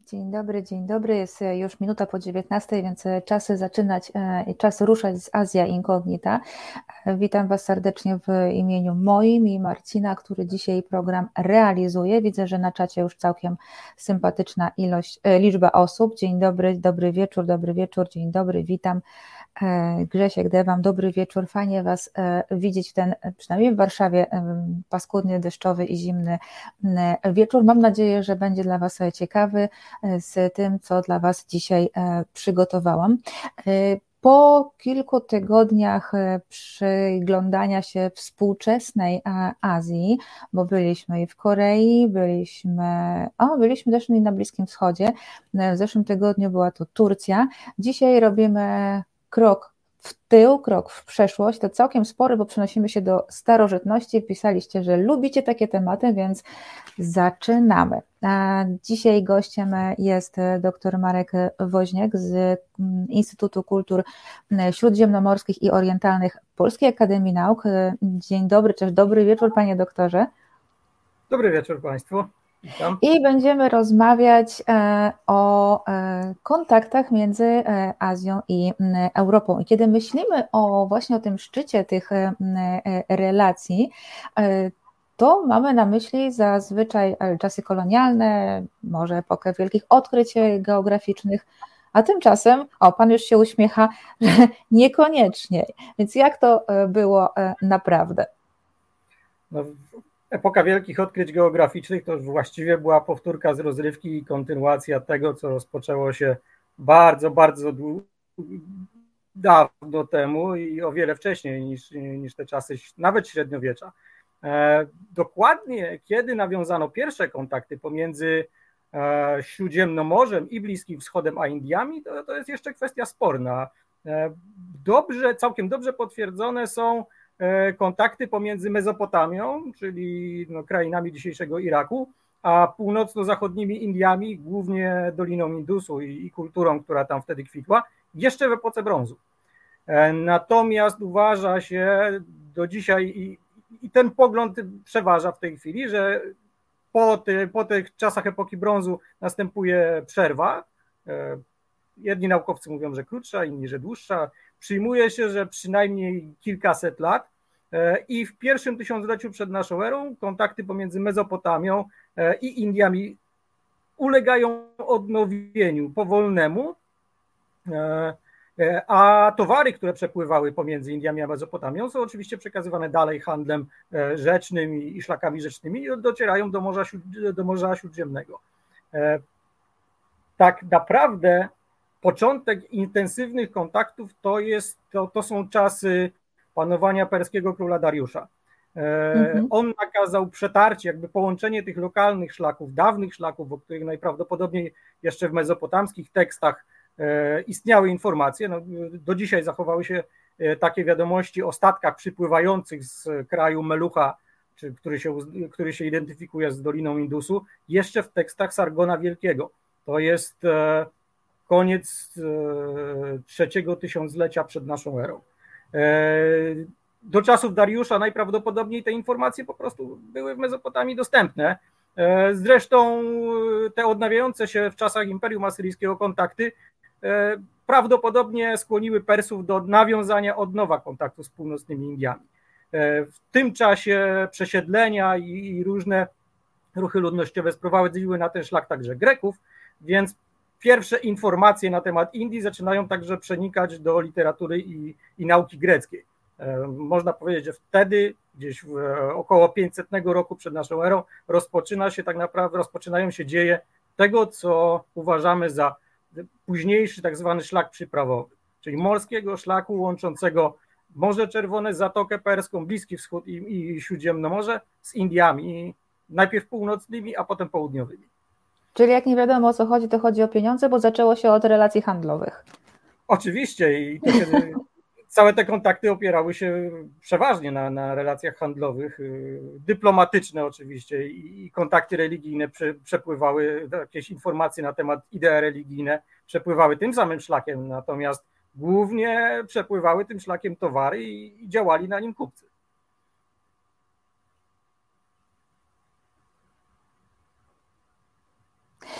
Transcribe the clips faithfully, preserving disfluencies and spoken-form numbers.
Dzień dobry, dzień dobry. Jest już minuta po dziewiętnastej, więc czas zaczynać i czas ruszać z Azja Incognita. Witam Was serdecznie w imieniu moim i Marcina, który dzisiaj program realizuje. Widzę, że na czacie już całkiem sympatyczna ilość, liczba osób. Dzień dobry, dobry wieczór, dobry wieczór, dzień dobry, witam. Grzesiek Dewam, dobry wieczór. Fajnie Was widzieć w ten, przynajmniej w Warszawie, paskudny, deszczowy i zimny wieczór. Mam nadzieję, że będzie dla Was ciekawy z tym, co dla Was dzisiaj przygotowałam. Po kilku tygodniach przyglądania się współczesnej Azji, bo byliśmy i w Korei, byliśmy, o, byliśmy też i na Bliskim Wschodzie, w zeszłym tygodniu była to Turcja, dzisiaj robimy krok w tył, krok w przeszłość, to całkiem spory, bo przenosimy się do starożytności. Pisaliście, że lubicie takie tematy, więc zaczynamy. Dzisiaj gościem jest dr Marek Woźniak z Instytutu Kultur Śródziemnomorskich i Orientalnych Polskiej Akademii Nauk. Dzień dobry, cześć, dobry wieczór, panie doktorze. Dobry wieczór państwu. Witam. I będziemy rozmawiać o kontaktach między Azją i Europą. I kiedy myślimy o właśnie o tym szczycie tych relacji, to mamy na myśli zazwyczaj czasy kolonialne, może epokę wielkich odkryć geograficznych, a tymczasem, o, pan już się uśmiecha, że niekoniecznie. Więc jak to było naprawdę? No, epoka wielkich odkryć geograficznych to właściwie była powtórka z rozrywki i kontynuacja tego, co rozpoczęło się bardzo, bardzo dawno temu i o wiele wcześniej niż, niż te czasy nawet średniowiecza. E, dokładnie kiedy nawiązano pierwsze kontakty pomiędzy e, Śródziemnomorzem i Bliskim Wschodem a Indiami, to, to jest jeszcze kwestia sporna. E, dobrze, całkiem dobrze potwierdzone są kontakty pomiędzy Mezopotamią, czyli no, krainami dzisiejszego Iraku, a północno-zachodnimi Indiami, głównie Doliną Indusu i, i kulturą, która tam wtedy kwitła, jeszcze w epoce brązu. Natomiast uważa się do dzisiaj, i, i ten pogląd przeważa w tej chwili, że po, ty, po tych czasach epoki brązu następuje przerwa. Jedni naukowcy mówią, że krótsza, inni, że dłuższa. Przyjmuje się, że przynajmniej kilkaset lat i w pierwszym tysiącleciu przed naszą erą kontakty pomiędzy Mezopotamią i Indiami ulegają odnowieniu powolnemu, a towary, które przepływały pomiędzy Indiami a Mezopotamią, są oczywiście przekazywane dalej handlem rzecznym i szlakami rzecznymi i docierają do Morza, do Morza Śródziemnego. Tak naprawdę początek intensywnych kontaktów to, jest, to, to są czasy panowania perskiego króla Dariusza. Mhm. On nakazał przetarcie, jakby połączenie tych lokalnych szlaków, dawnych szlaków, o których najprawdopodobniej jeszcze w mezopotamskich tekstach istniały informacje. No, do dzisiaj zachowały się takie wiadomości o statkach przypływających z kraju Melucha, czy, który, się, który się identyfikuje z Doliną Indusu, jeszcze w tekstach Sargona Wielkiego. To jest koniec trzeciego tysiąclecia przed naszą erą. Do czasów Dariusza najprawdopodobniej te informacje po prostu były w Mezopotamii dostępne. Zresztą te odnawiające się w czasach Imperium Asyryjskiego kontakty prawdopodobnie skłoniły Persów do nawiązania od nowa kontaktu z północnymi Indiami. W tym czasie przesiedlenia i różne ruchy ludnościowe sprowadziły na ten szlak także Greków, więc pierwsze informacje na temat Indii zaczynają także przenikać do literatury i, i nauki greckiej. Można powiedzieć, że wtedy, gdzieś w około pięćsetnego roku przed naszą erą, rozpoczyna się tak naprawdę, rozpoczynają się dzieje tego, co uważamy za późniejszy tak zwany szlak przyprawowy, czyli morskiego szlaku łączącego Morze Czerwone, Zatokę Perską, Bliski Wschód i, i Śródziemnomorze z Indiami, najpierw północnymi, a potem południowymi. Czyli jak nie wiadomo o co chodzi, to chodzi o pieniądze, bo zaczęło się od relacji handlowych. Oczywiście i to się, całe te kontakty opierały się przeważnie na, na relacjach handlowych, dyplomatyczne oczywiście i, i kontakty religijne prze, przepływały, jakieś informacje na temat idei religijne przepływały tym samym szlakiem, natomiast głównie przepływały tym szlakiem towary i, i działali na nim kupcy.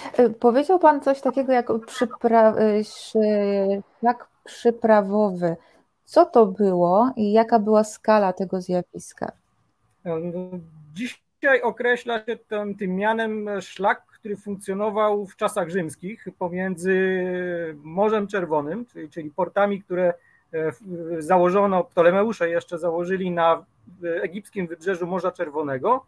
Powiedział Pan coś takiego jak przypra... szlak przyprawowy. Co to było i jaka była skala tego zjawiska? Dzisiaj określa się tym, tym mianem szlak, który funkcjonował w czasach rzymskich pomiędzy Morzem Czerwonym, czyli, czyli portami, które założono, Ptolemeusze jeszcze założyli na egipskim wybrzeżu Morza Czerwonego,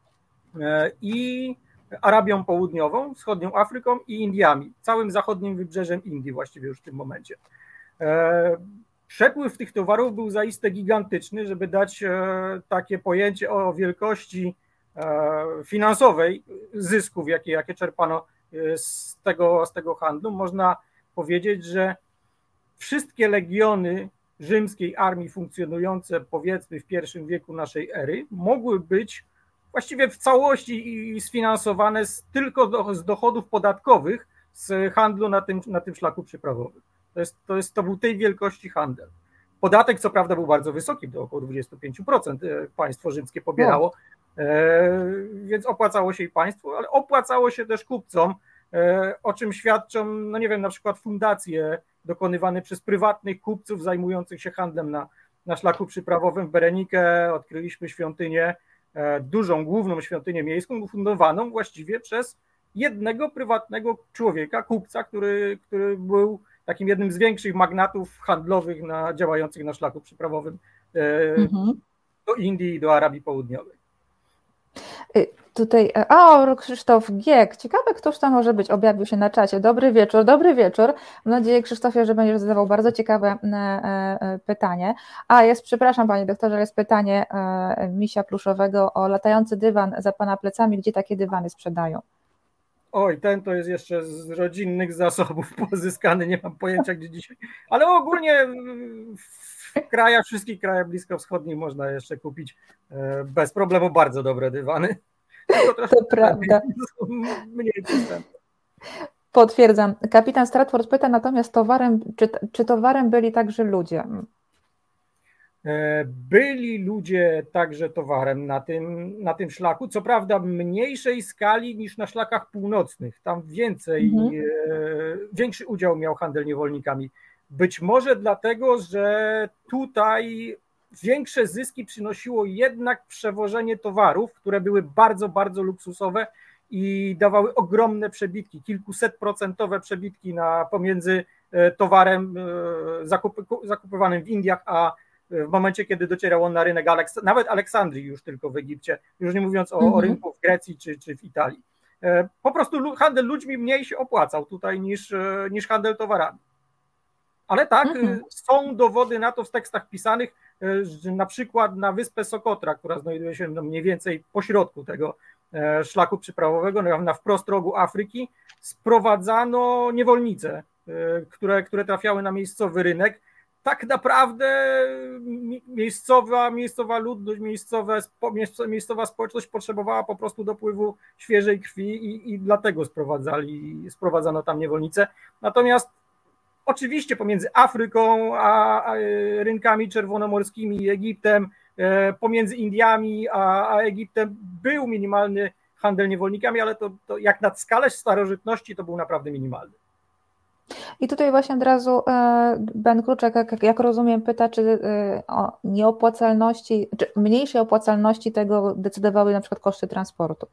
i Arabią Południową, wschodnią Afryką i Indiami, całym zachodnim wybrzeżem Indii właściwie już w tym momencie. Przepływ tych towarów był zaiste gigantyczny, żeby dać takie pojęcie o wielkości finansowej zysków, jakie, jakie czerpano z tego, z tego handlu. Można powiedzieć, że wszystkie legiony rzymskiej armii funkcjonujące powiedzmy w pierwszym wieku naszej ery mogły być właściwie w całości sfinansowane z, tylko do, z dochodów podatkowych z handlu na tym, na tym szlaku przyprawowym. To, jest, to, jest, to był tej wielkości handel. Podatek co prawda był bardzo wysoki, do około dwadzieścia pięć procent państwo rzymskie pobierało, no. e, więc opłacało się i państwu, ale opłacało się też kupcom, e, o czym świadczą, no nie wiem, na przykład fundacje dokonywane przez prywatnych kupców zajmujących się handlem na, na szlaku przyprawowym. W Berenice odkryliśmy świątynię, dużą, główną świątynię miejską, fundowaną właściwie przez jednego prywatnego człowieka, kupca, który, który był takim jednym z większych magnatów handlowych na, działających na szlaku przyprawowym mhm. do Indii i do Arabii Południowej. Tutaj, o, Krzysztof Giek, ciekawe, któż to może być, objawił się na czacie. Dobry wieczór, dobry wieczór. Mam nadzieję, Krzysztofie, że będziesz zadawał bardzo ciekawe pytanie. A, jest, przepraszam Panie doktorze, jest pytanie Misia Pluszowego o latający dywan za Pana plecami, gdzie takie dywany sprzedają? Oj, ten to jest jeszcze z rodzinnych zasobów pozyskany, nie mam pojęcia gdzie dzisiaj, ale ogólnie w krajach, wszystkich krajach bliskowschodnich można jeszcze kupić bez problemu bardzo dobre dywany. To, to prawda. Mniej przystępne. Potwierdzam. Kapitan Stratford pyta natomiast towarem, czy, czy towarem byli także ludzie? Byli ludzie także towarem na tym, na tym szlaku, co prawda mniejszej skali niż na szlakach północnych. Tam więcej, mhm. większy udział miał handel niewolnikami. Być może dlatego, że tutaj większe zyski przynosiło jednak przewożenie towarów, które były bardzo, bardzo luksusowe i dawały ogromne przebitki, kilkusetprocentowe przebitki na, pomiędzy towarem zakup, zakupywanym w Indiach, a w momencie, kiedy docierał on na rynek Aleks- nawet Aleksandrii już tylko w Egipcie, już nie mówiąc o, mm-hmm. o rynku w Grecji czy, czy w Italii. Po prostu handel ludźmi mniej się opłacał tutaj niż, niż handel towarami. Ale tak, mm-hmm. są dowody na to w tekstach pisanych, że na przykład na wyspę Sokotra, która znajduje się no mniej więcej pośrodku tego szlaku przyprawowego, na wprost rogu Afryki, sprowadzano niewolnice, które, które trafiały na miejscowy rynek. Tak naprawdę miejscowa, miejscowa ludność, miejscowe, miejscowa społeczność potrzebowała po prostu dopływu świeżej krwi i, i dlatego sprowadzali, sprowadzano tam niewolnice. Natomiast oczywiście pomiędzy Afryką a, a rynkami czerwonomorskimi i Egiptem, pomiędzy Indiami a, a Egiptem był minimalny handel niewolnikami, ale to, to jak na skalę starożytności to był naprawdę minimalny. I tutaj właśnie od razu Ben Kruczek, jak, jak rozumiem, pyta, czy o nieopłacalności, czy mniejszej opłacalności tego decydowały na przykład koszty transportu.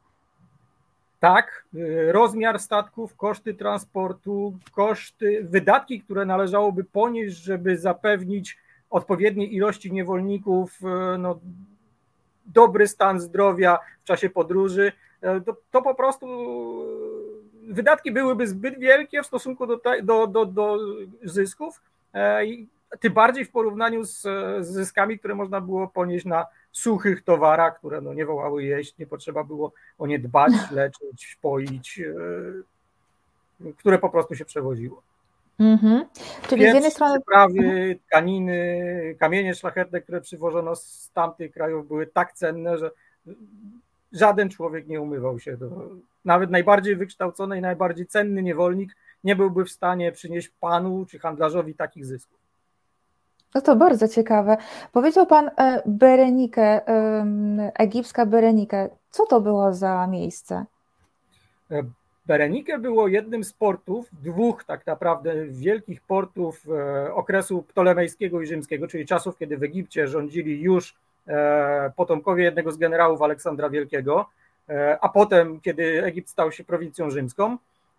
Tak, rozmiar statków, koszty transportu, koszty, wydatki, które należałoby ponieść, żeby zapewnić odpowiedniej ilości niewolników, no, dobry stan zdrowia w czasie podróży, to, to po prostu wydatki byłyby zbyt wielkie w stosunku do, do, do, do zysków, tym bardziej w porównaniu z, z zyskami, które można było ponieść na suchych towarach, które no nie wołały jeść, nie potrzeba było o nie dbać, leczyć, poić, które po prostu się przewoziło. Mm-hmm. Czyli Więc z jednej strony przyprawy, tkaniny, kamienie szlachetne, które przywożono z tamtych krajów, były tak cenne, że żaden człowiek nie umywał się. Do... Nawet najbardziej wykształcony i najbardziej cenny niewolnik nie byłby w stanie przynieść panu czy handlarzowi takich zysków. No to bardzo ciekawe. Powiedział Pan Berenikę, egipska Berenikę. Co to było za miejsce? Berenike było jednym z portów, dwóch tak naprawdę wielkich portów okresu ptolemejskiego i rzymskiego, czyli czasów, kiedy w Egipcie rządzili już potomkowie jednego z generałów Aleksandra Wielkiego, a potem, kiedy Egipt stał się prowincją rzymską.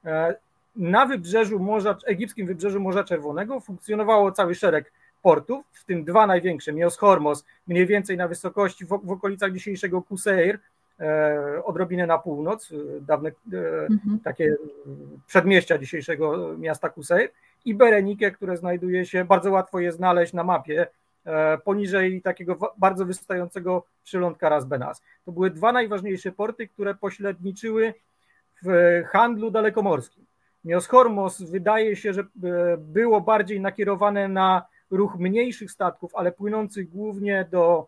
Na wybrzeżu Morza, egipskim wybrzeżu Morza Czerwonego funkcjonowało cały szereg portów, w tym dwa największe, Mios Hormos, mniej więcej na wysokości w, w okolicach dzisiejszego Qusair, e, odrobinę na północ, dawne e, mhm. takie przedmieścia dzisiejszego miasta Qusair, i Berenike, które znajduje się, bardzo łatwo je znaleźć na mapie, e, poniżej takiego bardzo wystającego przylądka Ras Benas. To były dwa najważniejsze porty, które pośredniczyły w handlu dalekomorskim. Mios Hormos wydaje się, że było bardziej nakierowane na ruch mniejszych statków, ale płynących głównie do,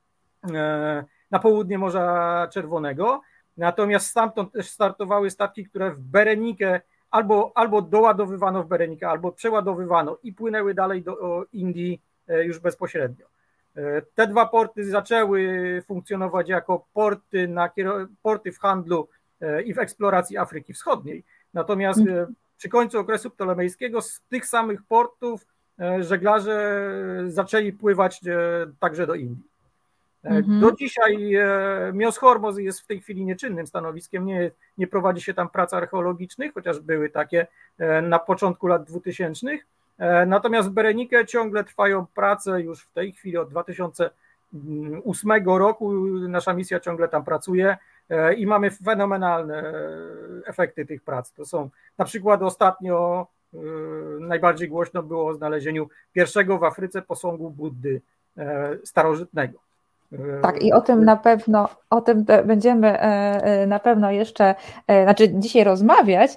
na południe Morza Czerwonego. Natomiast stamtąd też startowały statki, które w Berenikę albo, albo doładowywano w Berenikę, albo przeładowywano i płynęły dalej do Indii już bezpośrednio. Te dwa porty zaczęły funkcjonować jako porty, na, porty w handlu i w eksploracji Afryki Wschodniej. Natomiast przy końcu okresu ptolemejskiego z tych samych portów żeglarze zaczęli pływać także do Indii. Mhm. Do dzisiaj Mios Hormos jest w tej chwili nieczynnym stanowiskiem, nie, nie prowadzi się tam prac archeologicznych, chociaż były takie na początku lat dwutysięcznych. Natomiast w Berenikę ciągle trwają prace już w tej chwili od dwa tysiące ósmego roku. Nasza misja ciągle tam pracuje i mamy fenomenalne efekty tych prac. To są na przykład ostatnio najbardziej głośno było o znalezieniu pierwszego w Afryce posągu Buddy starożytnego. Tak, i o tym na pewno, o tym będziemy na pewno jeszcze, znaczy dzisiaj rozmawiać.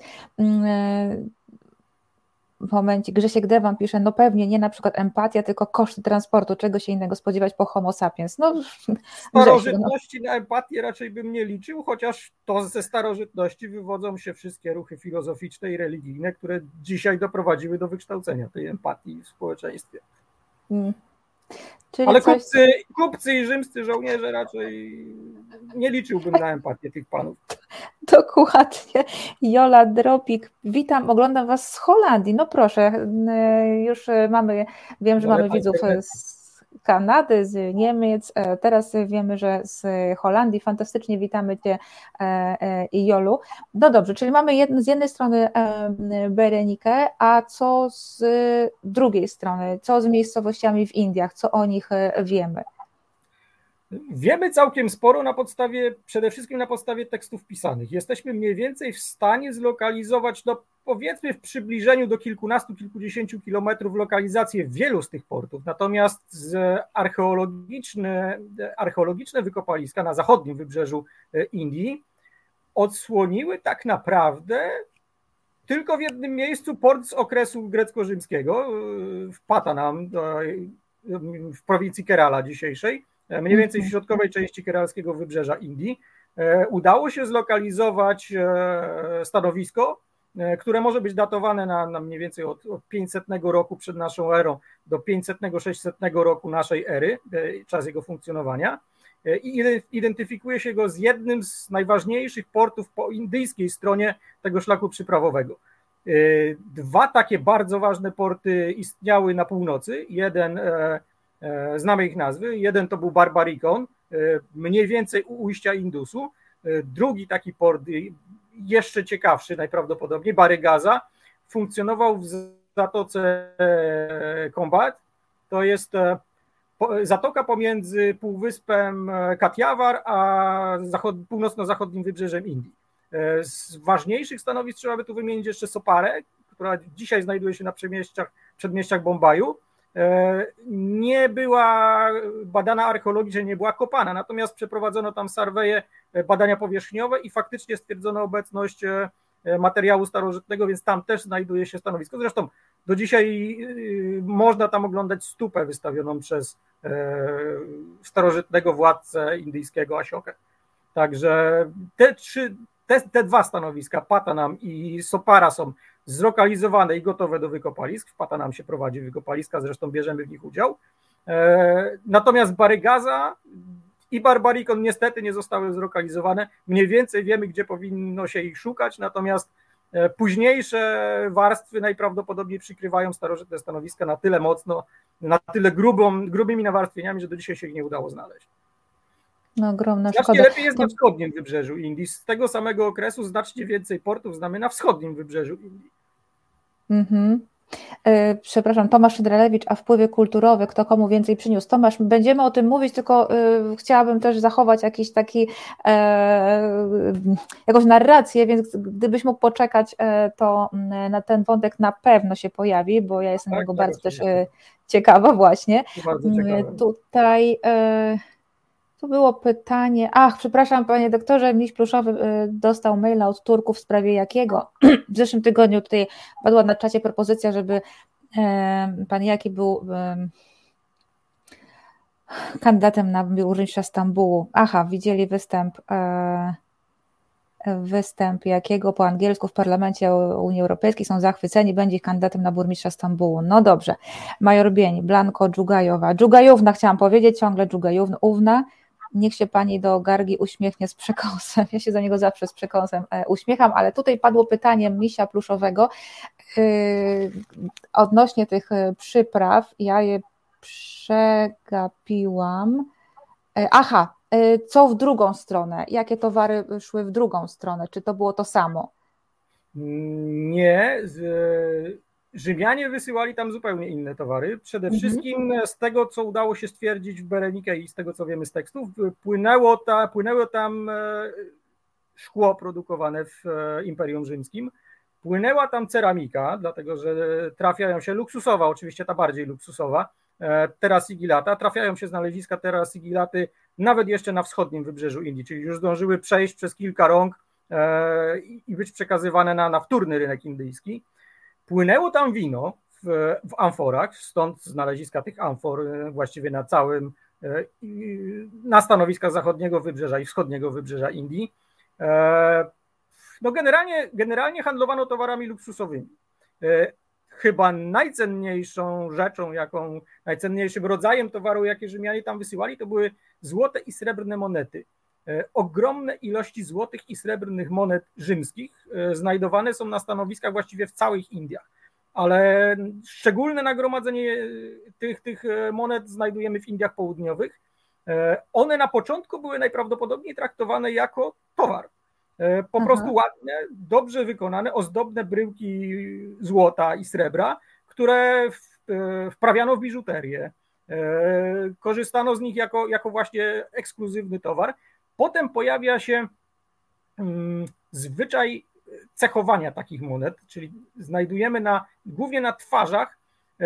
W momencie Grzesiek Dewan pisze, no pewnie nie na przykład empatia, tylko koszty transportu, czego się innego spodziewać po homo sapiens. No, starożytności no. Na empatię raczej bym nie liczył, chociaż to ze starożytności wywodzą się wszystkie ruchy filozoficzne i religijne, które dzisiaj doprowadziły do wykształcenia tej empatii w społeczeństwie. Hmm. Czyli Ale coś... kupcy, kupcy i rzymscy żołnierze raczej nie liczyłbym na empatię tych panów. Dokładnie. Jola Dropik, witam, oglądam Was z Holandii. No proszę, już mamy, wiem, że no, mamy widzów z Kanady, z Niemiec, teraz wiemy, że z Holandii. Fantastycznie witamy Cię i Jolu. No dobrze, czyli mamy jed, z jednej strony Berenikę, a co z drugiej strony, co z miejscowościami w Indiach, co o nich wiemy? Wiemy całkiem sporo na podstawie, przede wszystkim na podstawie tekstów pisanych. Jesteśmy mniej więcej w stanie zlokalizować, no powiedzmy w przybliżeniu do kilkunastu, kilkudziesięciu kilometrów lokalizację wielu z tych portów. Natomiast z archeologiczne, archeologiczne wykopaliska na zachodnim wybrzeżu Indii odsłoniły tak naprawdę tylko w jednym miejscu port z okresu grecko-rzymskiego w Patanam, w prowincji Kerala dzisiejszej, mniej więcej w środkowej części keralskiego wybrzeża Indii. Udało się zlokalizować stanowisko, które może być datowane na, na mniej więcej od, od pięćsetnego roku przed naszą erą do pięćsetnego, sześćsetnego roku naszej ery, czas jego funkcjonowania, i identyfikuje się go z jednym z najważniejszych portów po indyjskiej stronie tego szlaku przyprawowego. Dwa takie bardzo ważne porty istniały na północy. Jeden, znamy ich nazwy, jeden to był Barbarikon, mniej więcej u ujścia Indusu. Drugi taki port, jeszcze ciekawszy najprawdopodobniej, Barygaza, funkcjonował w zatoce Combat. To jest zatoka pomiędzy półwyspem Kathiawar a zachod, północno-zachodnim wybrzeżem Indii. Z ważniejszych stanowisk trzeba by tu wymienić jeszcze Soparę, która dzisiaj znajduje się na przedmieściach, przedmieściach Bombaju. Nie była badana archeologicznie, nie była kopana, natomiast przeprowadzono tam surveje, badania powierzchniowe i faktycznie stwierdzono obecność materiału starożytnego, więc tam też znajduje się stanowisko. Zresztą do dzisiaj można tam oglądać stupę wystawioną przez starożytnego władcę indyjskiego Asiokę. Także te trzy, te, te dwa stanowiska, Patanam i Sopara, są zlokalizowane i gotowe do wykopalisk. W Patanam się prowadzi wykopaliska, zresztą bierzemy w nich udział. Natomiast Barygaza i Barbarikon niestety nie zostały zlokalizowane. Mniej więcej wiemy, gdzie powinno się ich szukać, natomiast późniejsze warstwy najprawdopodobniej przykrywają starożytne stanowiska na tyle mocno, na tyle grubą, grubymi nawarstwieniami, że do dzisiaj się ich nie udało znaleźć. No, ogromna znacznie szkoda. lepiej jest na wschodnim wybrzeżu Indii. Z tego samego okresu znacznie więcej portów znamy na wschodnim wybrzeżu Indii. Mhm. Przepraszam, Tomasz Szydrelewicz, a wpływie kulturowe, kto komu więcej przyniósł. Tomasz, będziemy o tym mówić, tylko y, chciałabym też zachować jakiś taki e, jakąś narrację, więc gdybyś mógł poczekać, e, to na ten wątek na pewno się pojawi, bo ja jestem tak, tego tak, bardzo oczywiście. też e, ciekawa właśnie. Bardzo ciekawe. Tutaj e, tu było pytanie, ach, przepraszam panie doktorze, miś pluszowy dostał maila od Turków w sprawie jakiego? W zeszłym tygodniu tutaj padła na czacie propozycja, żeby pan Jaki był kandydatem na burmistrza Stambułu. Aha, widzieli występ występ Jakiego po angielsku w parlamencie Unii Europejskiej, są zachwyceni, będzie ich kandydatem na burmistrza Stambułu. No dobrze. Major Bień, Blanko Dżugajowa. Dżugajówna chciałam powiedzieć, ciągle Dżugajówna. Niech się pani do Gargi uśmiechnie z przekąsem. Ja się za niego zawsze z przekąsem uśmiecham, ale tutaj padło pytanie misia pluszowego yy, odnośnie tych przypraw. Ja je przegapiłam. Yy, aha, yy, co w drugą stronę? Jakie towary szły w drugą stronę? Czy to było to samo? Nie. Z... Rzymianie wysyłali tam zupełnie inne towary. Przede mhm. wszystkim z tego, co udało się stwierdzić w Berenice i z tego, co wiemy z tekstów, płynęło, ta, płynęło tam szkło produkowane w Imperium Rzymskim. Płynęła tam ceramika, dlatego że trafiają się luksusowa, oczywiście ta bardziej luksusowa, terra sigillata. Trafiają się znaleziska terra sigillaty nawet jeszcze na wschodnim wybrzeżu Indii, czyli już zdążyły przejść przez kilka rąk i być przekazywane na, na wtórny rynek indyjski. Płynęło tam wino w, w amforach, stąd znaleziska tych amfor właściwie na całym, na stanowiskach zachodniego wybrzeża i wschodniego wybrzeża Indii. No generalnie, generalnie handlowano towarami luksusowymi. Chyba najcenniejszą rzeczą, jaką, najcenniejszym rodzajem towaru, jakie Rzymianie tam wysyłali, to były złote i srebrne monety. Ogromne ilości złotych i srebrnych monet rzymskich znajdowane są na stanowiskach właściwie w całych Indiach, ale szczególne nagromadzenie tych, tych monet znajdujemy w Indiach Południowych. One na początku były najprawdopodobniej traktowane jako towar. Po Aha. prostu ładne, dobrze wykonane, ozdobne bryłki złota i srebra, które wprawiano w biżuterię. Korzystano z nich jako, jako właśnie ekskluzywny towar. Potem pojawia się um, zwyczaj cechowania takich monet, czyli znajdujemy na, głównie na twarzach e,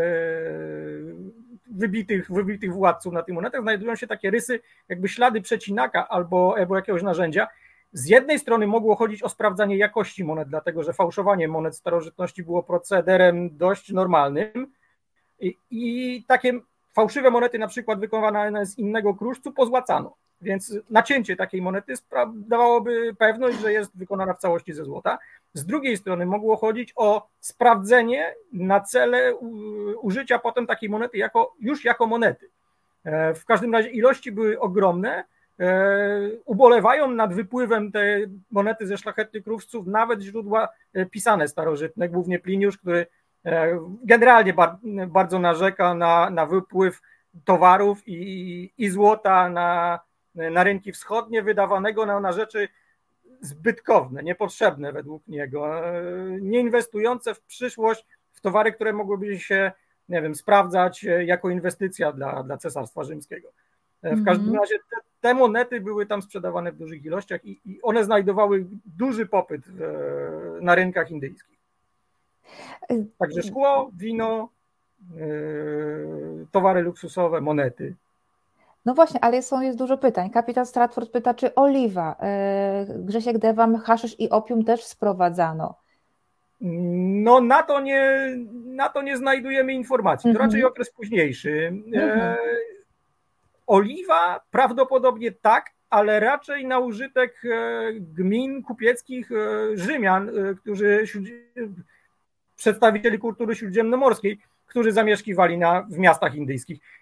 wybitych, wybitych władców na tych monetach, znajdują się takie rysy, jakby ślady przecinaka albo, albo jakiegoś narzędzia. Z jednej strony mogło chodzić o sprawdzanie jakości monet, dlatego że fałszowanie monet starożytności było procederem dość normalnym i, i takie fałszywe monety, na przykład wykonane z innego kruszcu, pozłacano. Więc nacięcie takiej monety dawałoby pewność, że jest wykonana w całości ze złota. Z drugiej strony mogło chodzić o sprawdzenie na cele użycia potem takiej monety jako, już jako monety. W każdym razie ilości były ogromne. Ubolewają nad wypływem te monety ze szlachetnych kruszców nawet źródła pisane starożytne, głównie Pliniusz, który generalnie bardzo narzeka na, na wypływ towarów i, i złota na, na rynki wschodnie, wydawanego na, na rzeczy zbytkowne, niepotrzebne według niego, nie inwestujące w przyszłość w towary, które mogłyby się, nie wiem, sprawdzać jako inwestycja dla, dla Cesarstwa Rzymskiego. W każdym razie te, te monety były tam sprzedawane w dużych ilościach i, i one znajdowały duży popyt w, na rynkach indyjskich. Także szkło, wino, yy, towary luksusowe, monety. No właśnie, ale są, jest dużo pytań. Kapitan Stratford pyta, czy oliwa, yy, Grzesiek Dewam, haszysz i opium też sprowadzano? No na to nie, na to nie znajdujemy informacji. To mm-hmm. raczej okres późniejszy. Mm-hmm. Oliwa prawdopodobnie tak, ale raczej na użytek gmin kupieckich Rzymian, którzy, przedstawicieli kultury śródziemnomorskiej, którzy zamieszkiwali na, w miastach indyjskich.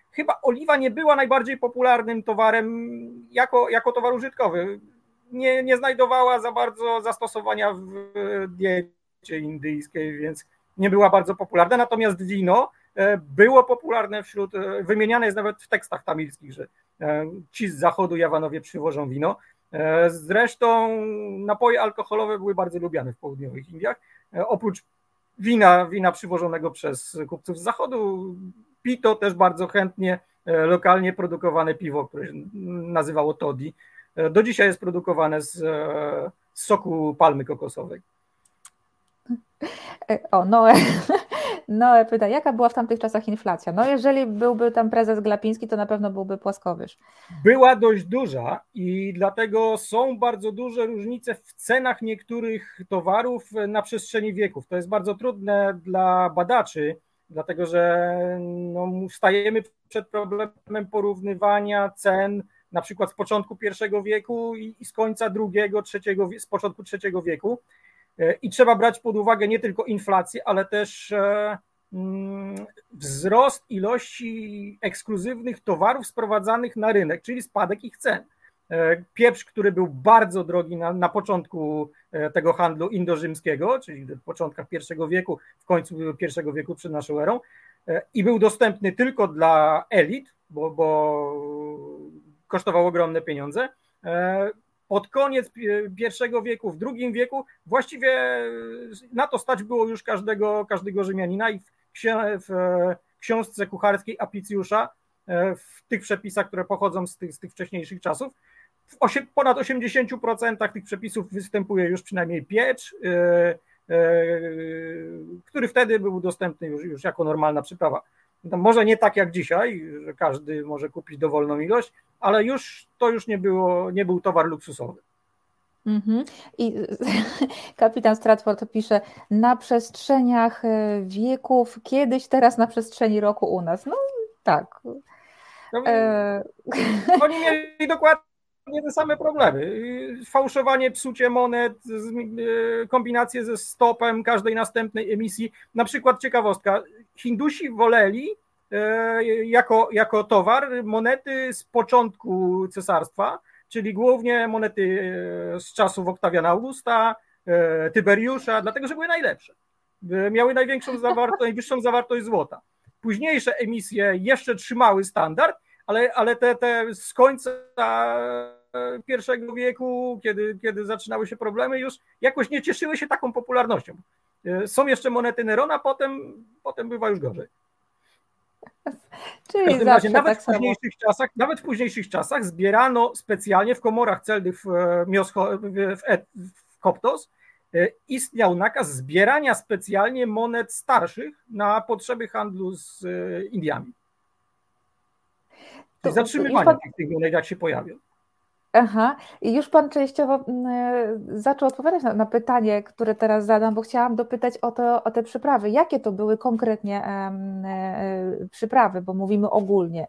chyba oliwa nie była najbardziej popularnym towarem jako, jako towar użytkowy. Nie, nie znajdowała za bardzo zastosowania w diecie indyjskiej, więc nie była bardzo popularna. Natomiast wino było popularne wśród, wymieniane jest nawet w tekstach tamilskich, że ci z zachodu Jawanowie przywożą wino. Zresztą napoje alkoholowe były bardzo lubiane w południowych Indiach. Oprócz wina, wina przywożonego przez kupców z zachodu, pito też bardzo chętnie lokalnie produkowane piwo, które się nazywało toddy. Do dzisiaj jest produkowane z, z soku palmy kokosowej. O, Noe, Noe pyta, jaka była w tamtych czasach inflacja? No jeżeli byłby tam prezes Glapiński, to na pewno byłby płaskowyż. Była dość duża i dlatego są bardzo duże różnice w cenach niektórych towarów na przestrzeni wieków. To jest bardzo trudne dla badaczy, dlatego że no, stajemy przed problemem porównywania cen na przykład z początku pierwszego wieku i z końca drugiego, trzeciego, z początku trzeciego wieku. I trzeba brać pod uwagę nie tylko inflację, ale też wzrost ilości ekskluzywnych towarów sprowadzanych na rynek, czyli spadek ich cen. Pieprz, który był bardzo drogi na, na początku tego handlu indorzymskiego, czyli w początkach pierwszego wieku, w końcu pierwszego wieku przed naszą erą, i był dostępny tylko dla elit, bo, bo kosztował ogromne pieniądze. Od koniec pierwszego wieku, w drugim wieku właściwie na to stać było już każdego, każdego Rzymianina i w, w książce kucharskiej Apicjusza, w tych przepisach, które pochodzą z tych, z tych wcześniejszych czasów, w osiem, ponad osiemdziesiąt procent tych przepisów występuje już przynajmniej piecz, yy, yy, który wtedy był dostępny już, już jako normalna przyprawa. Może nie tak jak dzisiaj, że każdy może kupić dowolną ilość, ale już to już nie było, nie był towar luksusowy. Mm-hmm. I kapitan Stratford pisze, na przestrzeniach wieków, kiedyś, teraz na przestrzeni roku u nas. No tak. No, e... Oni mieli dokładnie te same problemy. Fałszowanie, psucie monet, kombinacje ze stopem każdej następnej emisji. Na przykład ciekawostka, Hindusi woleli jako, jako towar monety z początku cesarstwa, czyli głównie monety z czasów Oktawiana Augusta, Tyberiusza, dlatego że były najlepsze. Miały największą zawartość, najwyższą zawartość złota. Późniejsze emisje jeszcze trzymały standard, ale, ale te, te z końca pierwszego wieku, kiedy, kiedy zaczynały się problemy, już jakoś nie cieszyły się taką popularnością. Są jeszcze monety Nerona, potem, potem bywa już gorzej. Czyli w każdym razie, nawet, tak w późniejszych czasach, nawet w późniejszych czasach zbierano specjalnie w komorach celnych w, Mioscho, w, w Koptos, istniał nakaz zbierania specjalnie monet starszych na potrzeby handlu z Indiami. To zatrzymywanie pan... tych monet, jak się pojawią. Aha, i już pan częściowo zaczął odpowiadać na, na pytanie, które teraz zadam, bo chciałam dopytać o, to, o te przyprawy. Jakie to były konkretnie um, e, przyprawy, bo mówimy ogólnie?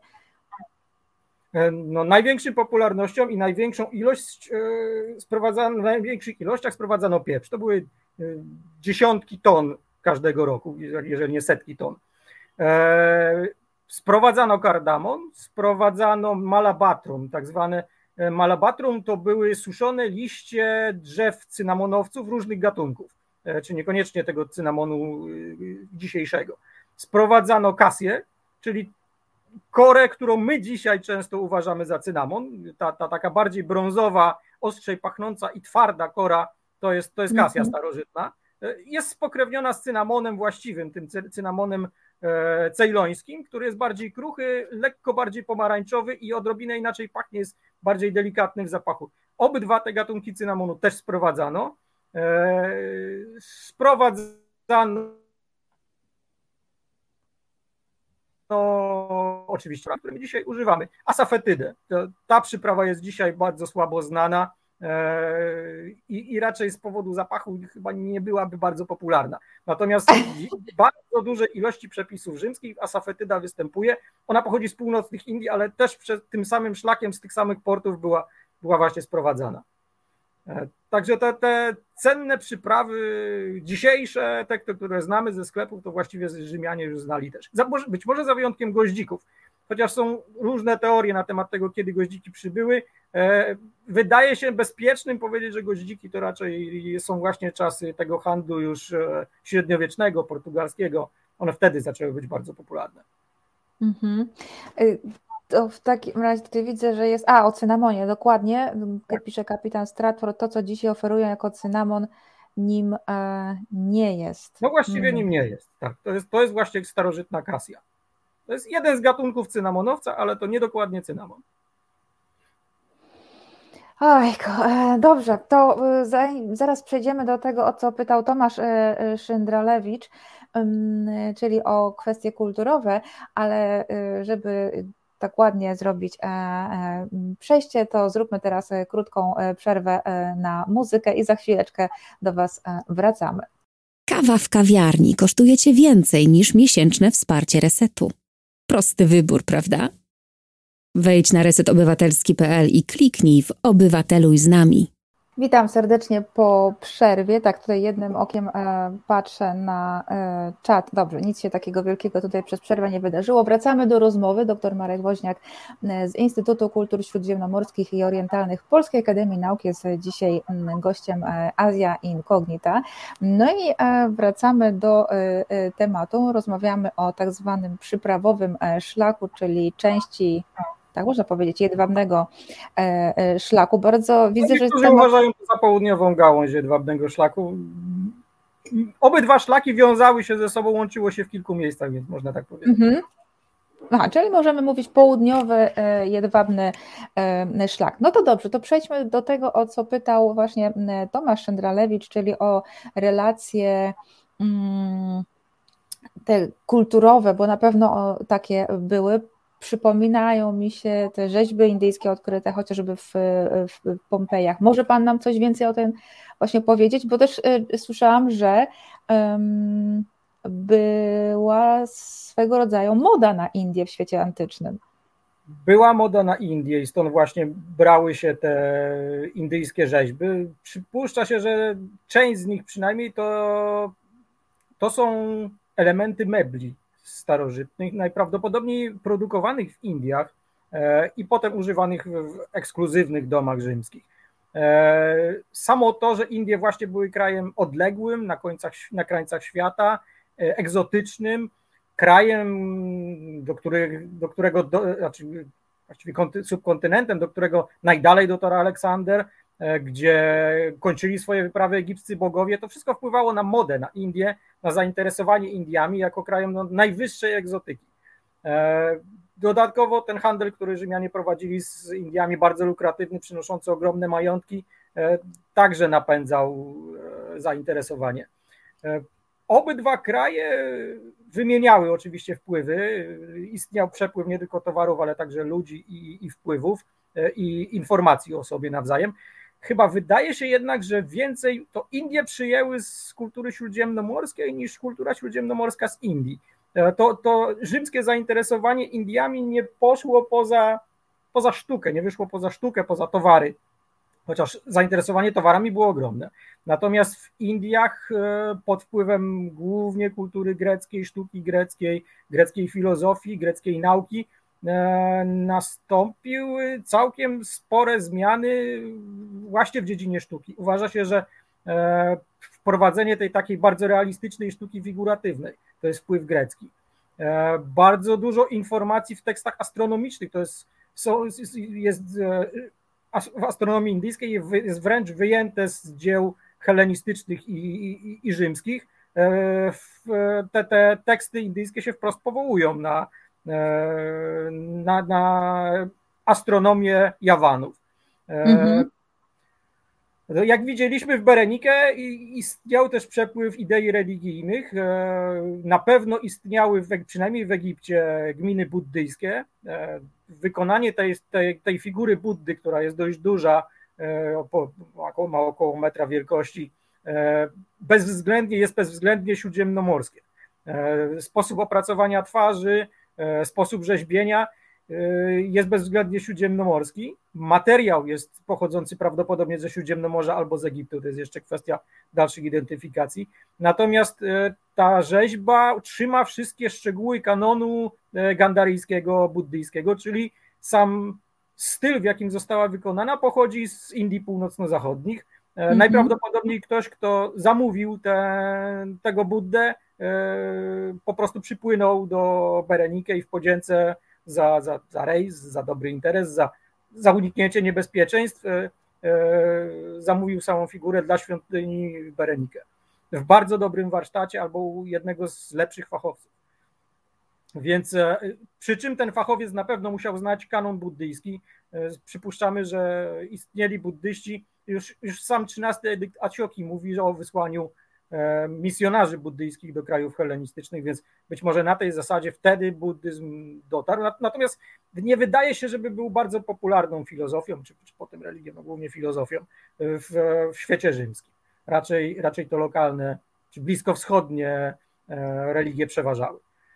No, największą popularnością i największą ilość e, sprowadzano, w największych ilościach sprowadzano pieprz. To były e, dziesiątki ton każdego roku, jeżeli nie setki ton. E, sprowadzano kardamon, sprowadzano malabatrum, tak zwane malabatrum to były suszone liście drzew cynamonowców różnych gatunków, czy niekoniecznie tego cynamonu dzisiejszego. Sprowadzano kasję, czyli korę, którą my dzisiaj często uważamy za cynamon. Ta, ta taka bardziej brązowa, ostrzej pachnąca i twarda kora to jest, to jest kasja starożytna. Jest spokrewniona z cynamonem właściwym, tym cynamonem cejlońskim, który jest bardziej kruchy, lekko bardziej pomarańczowy i odrobinę inaczej pachnie, jest bardziej delikatny w zapachu. Obydwa te gatunki cynamonu też sprowadzano. Sprowadzano no, oczywiście, które my dzisiaj używamy. Asafetydę. Ta przyprawa jest dzisiaj bardzo słabo znana. I, i raczej z powodu zapachu chyba nie byłaby bardzo popularna. Natomiast w bardzo dużej ilości przepisów rzymskich asafetyda występuje. Ona pochodzi z północnych Indii, ale też przed tym samym szlakiem z tych samych portów była, była właśnie sprowadzana. Także te, te cenne przyprawy dzisiejsze, te, które znamy ze sklepów, to właściwie Rzymianie już znali też. Być może za wyjątkiem goździków. chociaż są różne teorie na temat tego, kiedy goździki przybyły, wydaje się bezpiecznym powiedzieć, że goździki to raczej są właśnie czasy tego handlu już średniowiecznego, portugalskiego. One wtedy zaczęły być bardzo popularne. Mhm. To w takim razie tutaj widzę, że jest, a o cynamonie, dokładnie, jak pisze kapitan Stratford, to co dzisiaj oferują jako cynamon, nim e, nie jest. No właściwie hmm. nim nie jest, tak. To jest, to jest właśnie starożytna kasja. To jest jeden z gatunków cynamonowca, ale to nie dokładnie cynamon. Ojku, dobrze, to zaraz przejdziemy do tego, o co pytał Tomasz Szyndralewicz, czyli o kwestie kulturowe, ale żeby tak ładnie zrobić przejście, to zróbmy teraz krótką przerwę na muzykę i za chwileczkę do Was wracamy. Kawa w kawiarni kosztuje Cię więcej niż miesięczne wsparcie Resetu. Prosty wybór, prawda? Wejdź na reset obywatelski kropka p l i kliknij w Obywateluj z nami. Witam serdecznie po przerwie. Tak, tutaj jednym okiem e, patrzę na e, czat. Dobrze, nic się takiego wielkiego tutaj przez przerwę nie wydarzyło. Wracamy do rozmowy. Doktor Marek Woźniak z Instytutu Kultur Śródziemnomorskich i Orientalnych Polskiej Akademii Nauk jest dzisiaj gościem Azja Incognita. No i e, wracamy do e, tematu. Rozmawiamy o tak zwanym przyprawowym szlaku, czyli części, tak można powiedzieć, jedwabnego szlaku. Bardzo widzę, że niektórzy temat... uważają to za południową gałąź jedwabnego szlaku. Obydwa szlaki wiązały się ze sobą, łączyło się w kilku miejscach, więc można tak powiedzieć. Mhm. Aha, czyli możemy mówić południowy jedwabny szlak. No to dobrze, to przejdźmy do tego, o co pytał właśnie Tomasz Szyndralewicz, czyli o relacje te kulturowe, bo na pewno takie były. Przypominają mi się te rzeźby indyjskie odkryte chociażby w, w Pompejach. Może Pan nam coś więcej o tym właśnie powiedzieć? Bo też y, słyszałam, że um, była swego rodzaju moda na Indię w świecie antycznym. Była moda na Indię i stąd właśnie brały się te indyjskie rzeźby. Przypuszcza się, że część z nich przynajmniej to, to są elementy mebli starożytnych, najprawdopodobniej produkowanych w Indiach e, i potem używanych w ekskluzywnych domach rzymskich. E, samo to, że Indie właśnie były krajem odległym na, końcach, na krańcach świata, e, egzotycznym, krajem, do, który, do którego, do, znaczy właściwie subkontynentem, do którego najdalej dotarł Aleksander, e, gdzie kończyli swoje wyprawy egipscy bogowie, to wszystko wpływało na modę na Indię, na zainteresowanie Indiami jako krajem no, najwyższej egzotyki. E, dodatkowo ten handel, który Rzymianie prowadzili z Indiami, bardzo lukratywny, przynoszący ogromne majątki, e, także napędzał e, zainteresowanie. E, obydwa kraje wymieniały oczywiście wpływy, istniał przepływ nie tylko towarów, ale także ludzi i, i wpływów e, i informacji o sobie nawzajem. Chyba wydaje się jednak, że więcej to Indie przyjęły z kultury śródziemnomorskiej niż kultura śródziemnomorska z Indii. To, to rzymskie zainteresowanie Indiami nie poszło poza, poza sztukę, nie wyszło poza sztukę, poza towary, chociaż zainteresowanie towarami było ogromne. Natomiast w Indiach pod wpływem głównie kultury greckiej, sztuki greckiej, greckiej filozofii, greckiej nauki, nastąpiły całkiem spore zmiany właśnie w dziedzinie sztuki. Uważa się, że wprowadzenie tej takiej bardzo realistycznej sztuki figuratywnej, to jest wpływ grecki. Bardzo dużo informacji w tekstach astronomicznych, to jest, jest w astronomii indyjskiej jest wręcz wyjęte z dzieł helenistycznych i, i, i rzymskich. Te, te teksty indyjskie się wprost powołują na Na, na astronomię Jawanów. Mhm. Jak widzieliśmy w Berenikę, istniał też przepływ idei religijnych. Na pewno istniały, w, przynajmniej w Egipcie, gminy buddyjskie. Wykonanie tej, tej, tej figury Buddy, która jest dość duża, ma około metra wielkości, bezwzględnie jest bezwzględnie śródziemnomorskie. Sposób opracowania twarzy, sposób rzeźbienia jest bezwzględnie śródziemnomorski. Materiał jest pochodzący prawdopodobnie ze Śródziemnomorza albo z Egiptu, to jest jeszcze kwestia dalszych identyfikacji. Natomiast ta rzeźba trzyma wszystkie szczegóły kanonu gandaryjskiego, buddyjskiego, czyli sam styl, w jakim została wykonana, pochodzi z Indii północno-zachodnich. Mm-hmm. Najprawdopodobniej ktoś, kto zamówił te, tego Buddę, po prostu przypłynął do Berenike i w podzięce za, za, za rejs, za dobry interes, za, za uniknięcie niebezpieczeństw zamówił samą figurę dla świątyni Berenike. W bardzo dobrym warsztacie albo u jednego z lepszych fachowców. Więc przy czym ten fachowiec na pewno musiał znać kanon buddyjski. Przypuszczamy, że istnieli buddyści. Już, już sam trzynasty edykt Acioki mówi o wysłaniu misjonarzy buddyjskich do krajów hellenistycznych, więc być może na tej zasadzie wtedy buddyzm dotarł. Natomiast nie wydaje się, żeby był bardzo popularną filozofią, czy, czy potem religią, no głównie filozofią w, w świecie rzymskim. Raczej, raczej to lokalne, czy bliskowschodnie religie przeważały.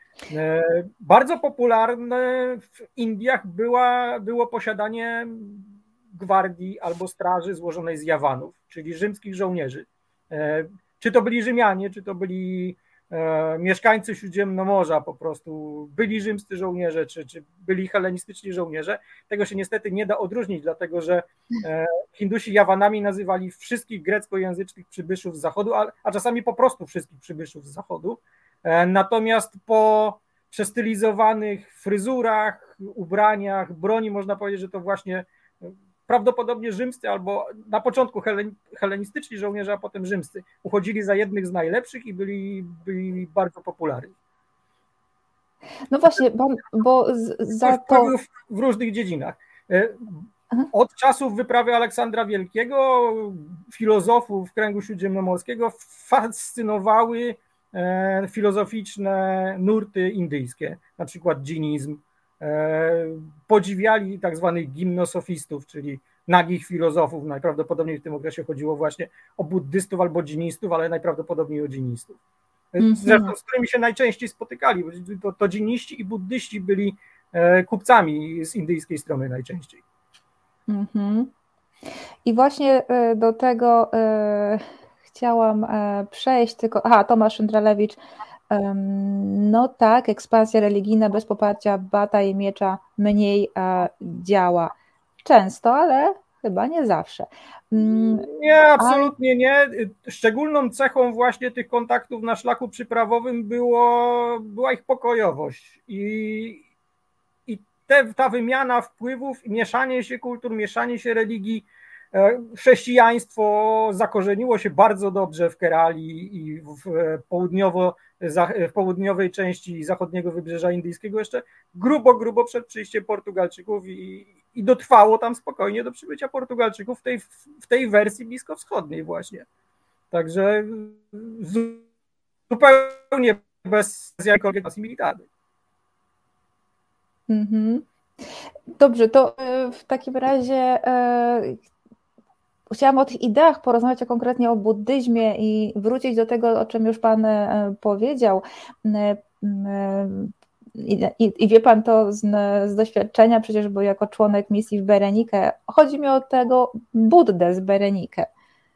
Bardzo popularne w Indiach była, było posiadanie gwardii albo straży złożonej z jawanów, czyli rzymskich żołnierzy. Czy to byli Rzymianie, czy to byli e, mieszkańcy Śródziemnomorza po prostu, byli rzymscy żołnierze, czy, czy byli hellenistyczni żołnierze. Tego się niestety nie da odróżnić, dlatego że e, Hindusi Jawanami nazywali wszystkich greckojęzycznych przybyszów z zachodu, a, a czasami po prostu wszystkich przybyszów z zachodu. E, natomiast po przestylizowanych fryzurach, ubraniach, broni można powiedzieć, że to właśnie prawdopodobnie rzymscy albo na początku hellenistyczni żołnierze, a potem rzymscy uchodzili za jednych z najlepszych i byli, byli bardzo popularni. No właśnie, bo, bo za to... W różnych dziedzinach. Od czasów wyprawy Aleksandra Wielkiego filozofów kręgu śródziemnomorskiego fascynowały filozoficzne nurty indyjskie, na przykład dżinizm. Podziwiali tak zwanych gimnosofistów, czyli nagich filozofów. Najprawdopodobniej w tym okresie chodziło właśnie o buddystów albo dżinistów, ale najprawdopodobniej o dżinistów. Zresztą z którymi się najczęściej spotykali, bo to, to dżiniści i buddyści byli kupcami z indyjskiej strony najczęściej. Mm-hmm. I właśnie do tego e, chciałam e, przejść, tylko aha, Tomasz Szyndralewicz. No tak, ekspansja religijna bez poparcia bata i miecza mniej działa. Często, ale chyba nie zawsze. Nie, absolutnie nie. Szczególną cechą właśnie tych kontaktów na szlaku przyprawowym było, była ich pokojowość i, i te, ta wymiana wpływów, mieszanie się kultur, mieszanie się religii. Chrześcijaństwo zakorzeniło się bardzo dobrze w Kerali i w, południowo, w południowej części zachodniego wybrzeża indyjskiego jeszcze grubo, grubo przed przyjściem Portugalczyków i, i dotrwało tam spokojnie do przybycia Portugalczyków w tej, w tej wersji bliskowschodniej właśnie. Także zupełnie bez jakiejkolwiek asymilacji. Mhm. Dobrze, to w takim razie chciałam o tych ideach porozmawiać, a konkretnie o buddyzmie i wrócić do tego, o czym już Pan powiedział. I, i, i wie Pan to z, z doświadczenia, przecież był jako członek misji w Berenikę. Chodzi mi o tego Buddę z Berenikę.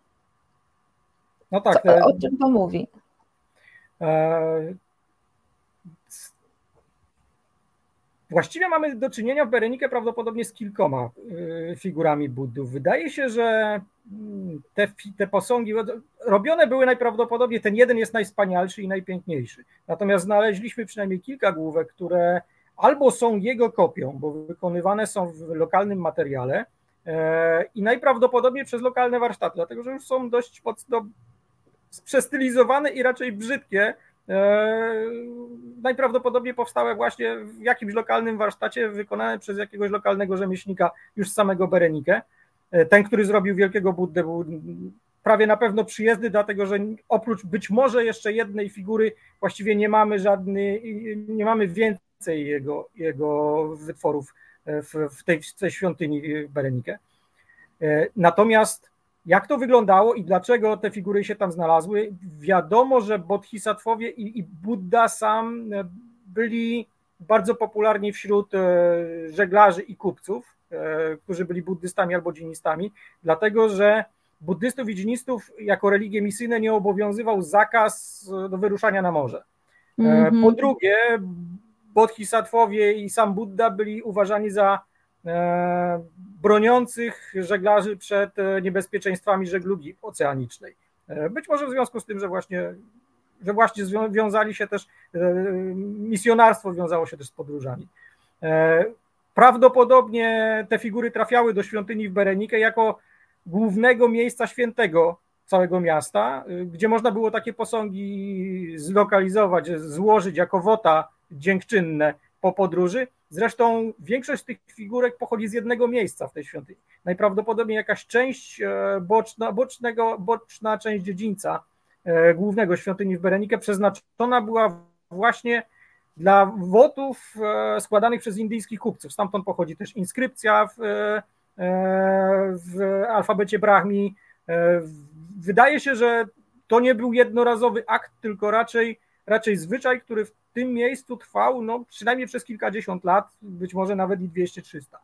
No tak. Co, o czym to mówi? E... Właściwie mamy do czynienia w Berenikę prawdopodobnie z kilkoma figurami Buddów. Wydaje się, że te, te posągi robione były najprawdopodobniej, ten jeden jest najwspanialszy i najpiękniejszy. Natomiast znaleźliśmy przynajmniej kilka główek, które albo są jego kopią, bo wykonywane są w lokalnym materiale i najprawdopodobniej przez lokalne warsztaty, dlatego że już są dość do, przestylizowane i raczej brzydkie. Najprawdopodobniej powstałe właśnie w jakimś lokalnym warsztacie wykonane przez jakiegoś lokalnego rzemieślnika już z samego Berenikę. Ten, który zrobił wielkiego Buddę, był prawie na pewno przyjezdny, dlatego że oprócz być może jeszcze jednej figury właściwie nie mamy żadnej, nie mamy więcej jego, jego wytworów w, w, tej, w tej świątyni Berenikę. Natomiast jak to wyglądało i dlaczego te figury się tam znalazły? Wiadomo, że bodhisattwowie i, i Buddha sam byli bardzo popularni wśród żeglarzy i kupców, którzy byli buddystami albo dżinistami, dlatego że buddystów i dżinistów jako religie misyjne nie obowiązywał zakaz do wyruszania na morze. Mm-hmm. Po drugie, bodhisattwowie i sam Buddha byli uważani za e, broniących żeglarzy przed niebezpieczeństwami żeglugi oceanicznej. E, być może w związku z tym, że właśnie, że właśnie wiązali się też, e, misjonarstwo wiązało się też z podróżami. E, prawdopodobnie te figury trafiały do świątyni w Berenike jako głównego miejsca świętego całego miasta, gdzie można było takie posągi zlokalizować, złożyć jako wota dziękczynne po podróży. Zresztą większość z tych figurek pochodzi z jednego miejsca w tej świątyni. Najprawdopodobniej jakaś część boczna, bocznego, boczna część dziedzińca głównego świątyni w Berenike przeznaczona była właśnie dla wotów składanych przez indyjskich kupców. Stamtąd pochodzi też inskrypcja w, w alfabecie Brahmi. Wydaje się, że to nie był jednorazowy akt, tylko raczej, raczej zwyczaj, który w tym miejscu trwał no, przynajmniej przez kilkadziesiąt lat, być może nawet i dwieście trzysta.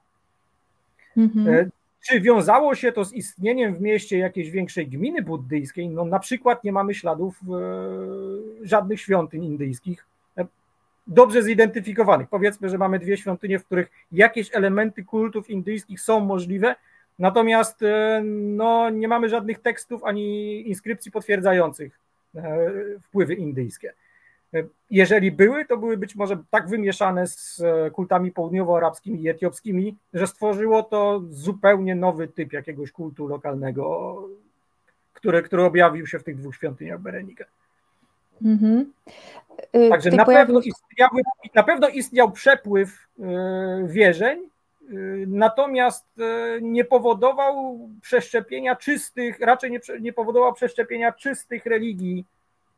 Mhm. Czy wiązało się to z istnieniem w mieście jakiejś większej gminy buddyjskiej? No, na przykład nie mamy śladów e, żadnych świątyń indyjskich e, dobrze zidentyfikowanych. Powiedzmy, że mamy dwie świątynie, w których jakieś elementy kultów indyjskich są możliwe, natomiast no, nie mamy żadnych tekstów ani inskrypcji potwierdzających wpływy indyjskie. Jeżeli były, to były być może tak wymieszane z kultami południowoarabskimi i etiopskimi, że stworzyło to zupełnie nowy typ jakiegoś kultu lokalnego, który, który objawił się w tych dwóch świątyniach Berenike. Mhm. Także na, pewno istniały, na pewno istniał przepływ wierzeń, natomiast nie powodował przeszczepienia czystych, raczej nie, nie powodował przeszczepienia czystych religii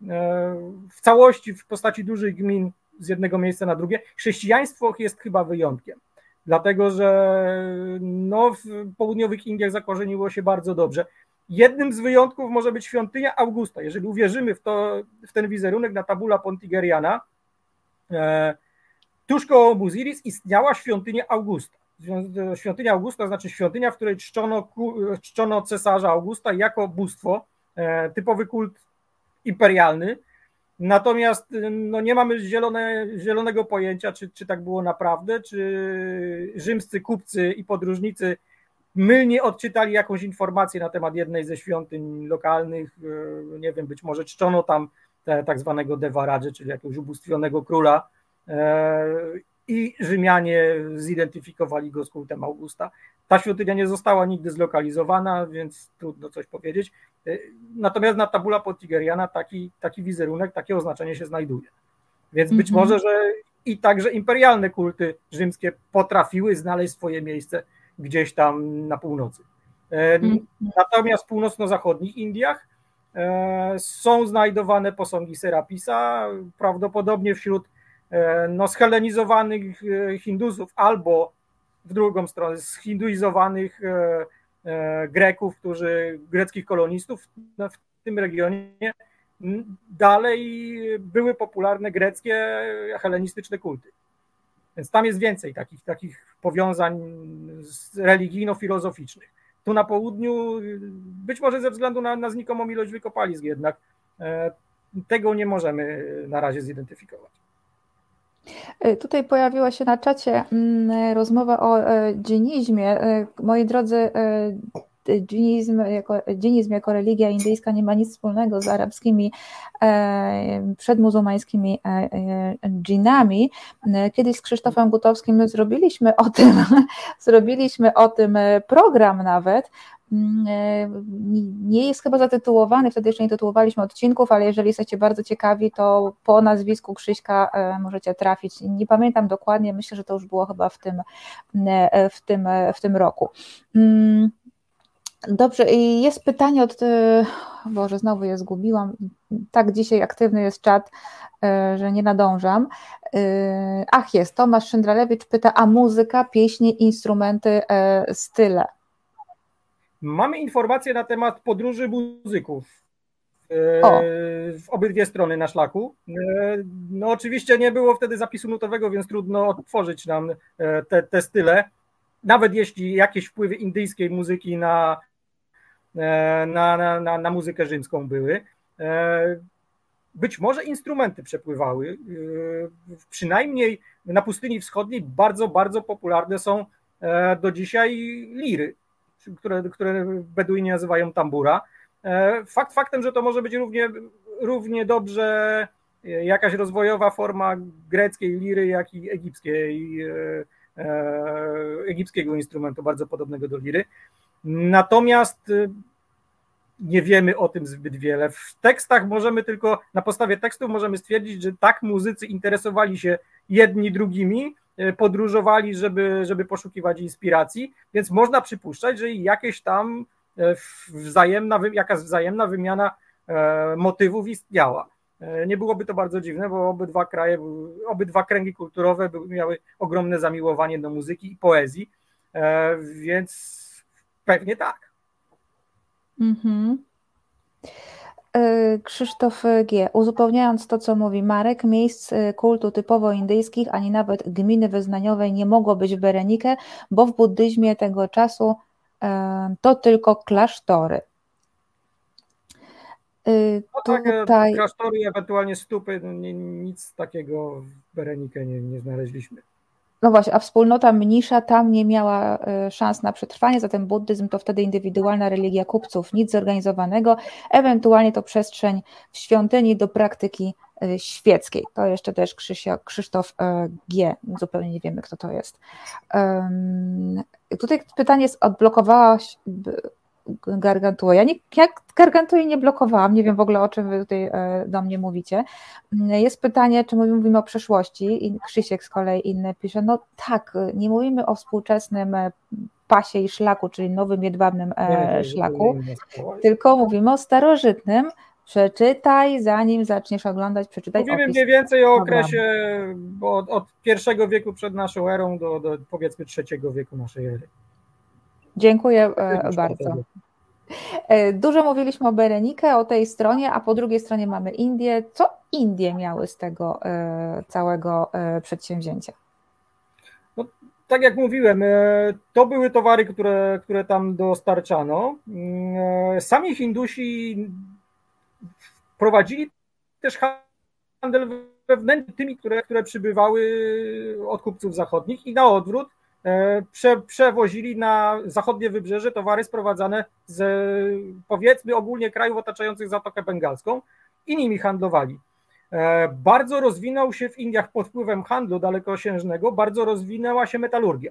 w całości w postaci dużych gmin z jednego miejsca na drugie. Chrześcijaństwo jest chyba wyjątkiem, dlatego że no, w południowych Indiach zakorzeniło się bardzo dobrze. Jednym z wyjątków może być świątynia Augusta. Jeżeli uwierzymy w, to, w ten wizerunek na tabula Pontigeriana, e, tuż koło Buziris istniała świątynia Augusta. Świątynia Augusta znaczy świątynia, w której czczono, czczono cesarza Augusta jako bóstwo, e, typowy kult imperialny. Natomiast no, nie mamy zielone, zielonego pojęcia, czy, czy tak było naprawdę, czy rzymscy kupcy i podróżnicy mylnie odczytali jakąś informację na temat jednej ze świątyń lokalnych, nie wiem, być może czczono tam te, tak zwanego Devaradży, czyli jakiegoś ubóstwionego króla i Rzymianie zidentyfikowali go z kultem Augusta. Ta świątynia nie została nigdy zlokalizowana, więc trudno coś powiedzieć. Natomiast na tabula Pontigeriana taki, taki wizerunek, takie oznaczenie się znajduje. Więc być mm-hmm. może, że i także imperialne kulty rzymskie potrafiły znaleźć swoje miejsce gdzieś tam na północy. Natomiast w północno-zachodnich Indiach są znajdowane posągi Serapisa, prawdopodobnie wśród no, zhelenizowanych Hindusów albo w drugą stronę zhinduizowanych Greków, którzy, greckich kolonistów w tym regionie. Dalej były popularne greckie, helenistyczne kulty. Więc tam jest więcej takich, takich powiązań religijno-filozoficznych. Tu na południu, być może ze względu na, na znikomą ilość wykopalisk jednak, tego nie możemy na razie zidentyfikować. Tutaj pojawiła się na czacie rozmowa o dżinizmie. Moi drodzy, dżinizm jako, dżinizm jako religia indyjska nie ma nic wspólnego z arabskimi przedmuzułmańskimi dżinami. Kiedyś z Krzysztofem Gutowskim zrobiliśmy o tym, zrobiliśmy o tym program nawet. Nie jest chyba zatytułowany, wtedy jeszcze nie tytułowaliśmy odcinków, ale jeżeli jesteście bardzo ciekawi, to po nazwisku Krzyśka możecie trafić. Nie pamiętam dokładnie, myślę, że to już było chyba w tym, w tym, w tym roku. Dobrze, i jest pytanie od, Boże, znowu je zgubiłam, tak dzisiaj aktywny jest czat, że nie nadążam. Ach jest, Tomasz Szyndralewicz pyta, a muzyka, pieśnie, instrumenty, style? Mamy informacje na temat podróży muzyków o. w obydwie strony na szlaku. No oczywiście nie było wtedy zapisu nutowego, więc trudno odtworzyć nam te, te style. Nawet jeśli jakieś wpływy indyjskiej muzyki na, na, na, na, na muzykę rzymską były. Być może instrumenty przepływały. Przynajmniej na pustyni wschodniej bardzo, bardzo popularne są do dzisiaj liry, które, które Beduini nazywają tambura. Fakt faktem, że to może być równie, równie dobrze jakaś rozwojowa forma greckiej liry, jak i egipskiej, egipskiego instrumentu bardzo podobnego do liry. Natomiast nie wiemy o tym zbyt wiele. W tekstach możemy tylko, na podstawie tekstów możemy stwierdzić, że tak muzycy interesowali się jedni drugimi, podróżowali, żeby, żeby poszukiwać inspiracji, więc można przypuszczać, że jakieś tam wzajemna, jakaś wzajemna wymiana motywów istniała. Nie byłoby to bardzo dziwne, bo obydwa kraje, obydwa kręgi kulturowe miały ogromne zamiłowanie do muzyki i poezji, więc pewnie tak. Mhm. Krzysztof G. Uzupełniając to, co mówi Marek, miejsc kultu typowo indyjskich, ani nawet gminy wyznaniowej nie mogło być w Berenikę, bo w buddyzmie tego czasu to tylko klasztory. No tak, tutaj... klasztory, ewentualnie stupy, nic takiego w Berenikę nie, nie znaleźliśmy. No właśnie, a wspólnota mnisza tam nie miała szans na przetrwanie, zatem buddyzm to wtedy indywidualna religia kupców, nic zorganizowanego, ewentualnie to przestrzeń w świątyni do praktyki świeckiej. To jeszcze też Krzysio, Krzysztof G. Zupełnie nie wiemy, kto to jest. Um, tutaj pytanie jest, odblokowałaś Gargantua. Ja nie, jak Gargantui nie blokowałam, nie wiem w ogóle, o czym wy tutaj do mnie mówicie. Jest pytanie, czy mówimy o przeszłości, i Krzysiek z kolei inny pisze, no tak, nie mówimy o współczesnym pasie i szlaku, czyli nowym jedwabnym nie, szlaku, tylko mówimy o starożytnym. Przeczytaj, zanim zaczniesz oglądać, przeczytaj Mówimy opis mniej więcej o okresie od, od pierwszego wieku przed naszą erą do, do powiedzmy trzeciego wieku naszej ery. Dziękuję bardzo. Dużo mówiliśmy o Berenikę, o tej stronie, a po drugiej stronie mamy Indię. Co Indie miały z tego całego przedsięwzięcia? No, tak jak mówiłem, to były towary, które, które tam dostarczano. Sami Hindusi prowadzili też handel wewnętrzny tymi, które, które przybywały od kupców zachodnich i na odwrót Prze, przewozili na zachodnie wybrzeże towary sprowadzane z, powiedzmy, ogólnie krajów otaczających Zatokę Bengalską i nimi handlowali. Bardzo rozwinął się w Indiach pod wpływem handlu dalekosiężnego, bardzo rozwinęła się metalurgia.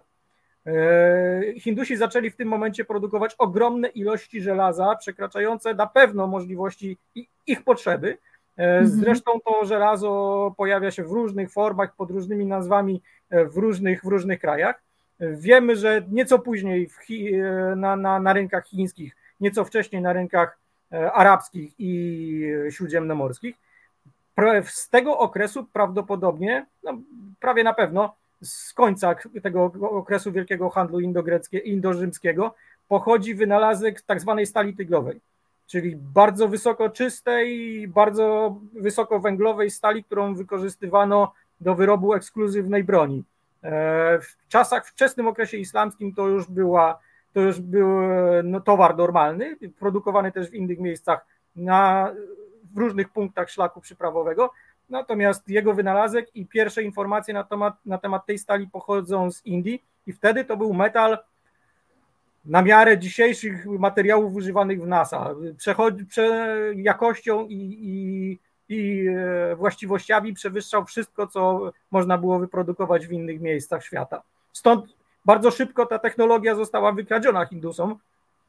Hindusi zaczęli w tym momencie produkować ogromne ilości żelaza, przekraczające na pewno możliwości ich potrzeby. Zresztą to żelazo pojawia się w różnych formach, pod różnymi nazwami w różnych, w różnych krajach. Wiemy, że nieco później w Chi, na, na, na rynkach chińskich, nieco wcześniej na rynkach arabskich i śródziemnomorskich. Z tego okresu prawdopodobnie, no prawie na pewno, z końca tego okresu wielkiego handlu indo-rzymskiego pochodzi wynalazek tak zwanej stali tyglowej, czyli bardzo wysoko czystej, bardzo wysoko węglowej stali, którą wykorzystywano do wyrobu ekskluzywnej broni. W czasach, w wczesnym okresie islamskim to już była, to już był no, towar normalny, produkowany też w innych miejscach na, w różnych punktach szlaku przyprawowego, natomiast jego wynalazek i pierwsze informacje na temat, na temat tej stali pochodzą z Indii i wtedy to był metal na miarę dzisiejszych materiałów używanych w NASA, przechodzi, prze, jakością i, i i właściwościami przewyższał wszystko, co można było wyprodukować w innych miejscach świata. Stąd bardzo szybko ta technologia została wykradziona Hindusom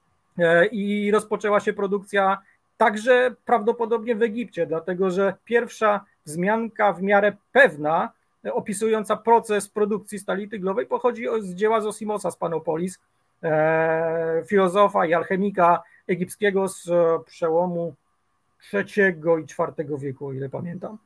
i rozpoczęła się produkcja także prawdopodobnie w Egipcie, dlatego że pierwsza wzmianka w miarę pewna, opisująca proces produkcji stali tyglowej, pochodzi z dzieła Zosimosa z Panopolis, filozofa i alchemika egipskiego z przełomu trzeciego i czwartego wieku, o ile pamiętam.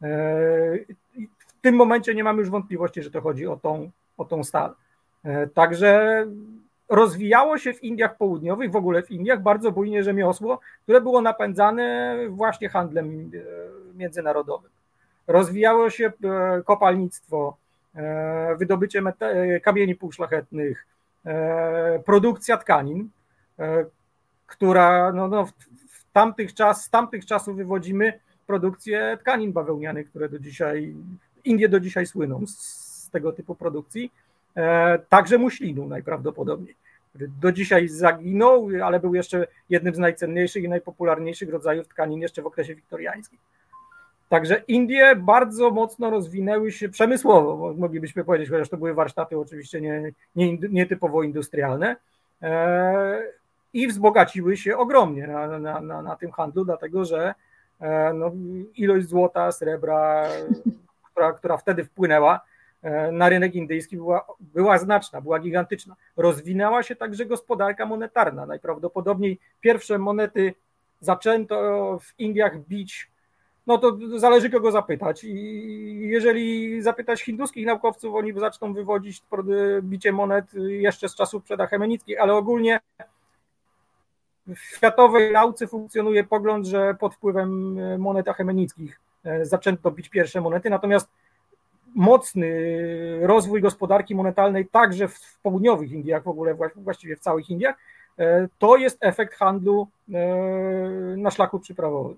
W tym momencie nie mamy już wątpliwości, że to chodzi o tą, o tą stal. Także rozwijało się w Indiach Południowych, w ogóle w Indiach, bardzo bujnie rzemiosło, które było napędzane właśnie handlem międzynarodowym. Rozwijało się kopalnictwo, wydobycie kamieni półszlachetnych, produkcja tkanin, która no, no, w, w tamtych czas, z tamtych czasów wywodzimy produkcję tkanin bawełnianych, które do dzisiaj, Indie do dzisiaj słyną z, z tego typu produkcji, e, także muślinu najprawdopodobniej, który do dzisiaj zaginął, ale był jeszcze jednym z najcenniejszych i najpopularniejszych rodzajów tkanin jeszcze w okresie wiktoriańskim. Także Indie bardzo mocno rozwinęły się przemysłowo, moglibyśmy powiedzieć, chociaż to były warsztaty oczywiście nie, nie, nie typowo industrialne, e, i wzbogaciły się ogromnie na, na, na, na tym handlu, dlatego że e, no, ilość złota, srebra, która, która wtedy wpłynęła e, na rynek indyjski była, była znaczna, była gigantyczna. Rozwinęła się także gospodarka monetarna. Najprawdopodobniej pierwsze monety zaczęto w Indiach bić. No to zależy kogo zapytać i jeżeli zapytać hinduskich naukowców, oni zaczną wywodzić bicie monet jeszcze z czasów przedachemenickich, ale ogólnie w światowej nauce funkcjonuje pogląd, że pod wpływem monet achemenickich zaczęto bić pierwsze monety, natomiast mocny rozwój gospodarki monetarnej także w południowych Indiach, w ogóle właściwie w całych Indiach, to jest efekt handlu na szlaku przyprawowym.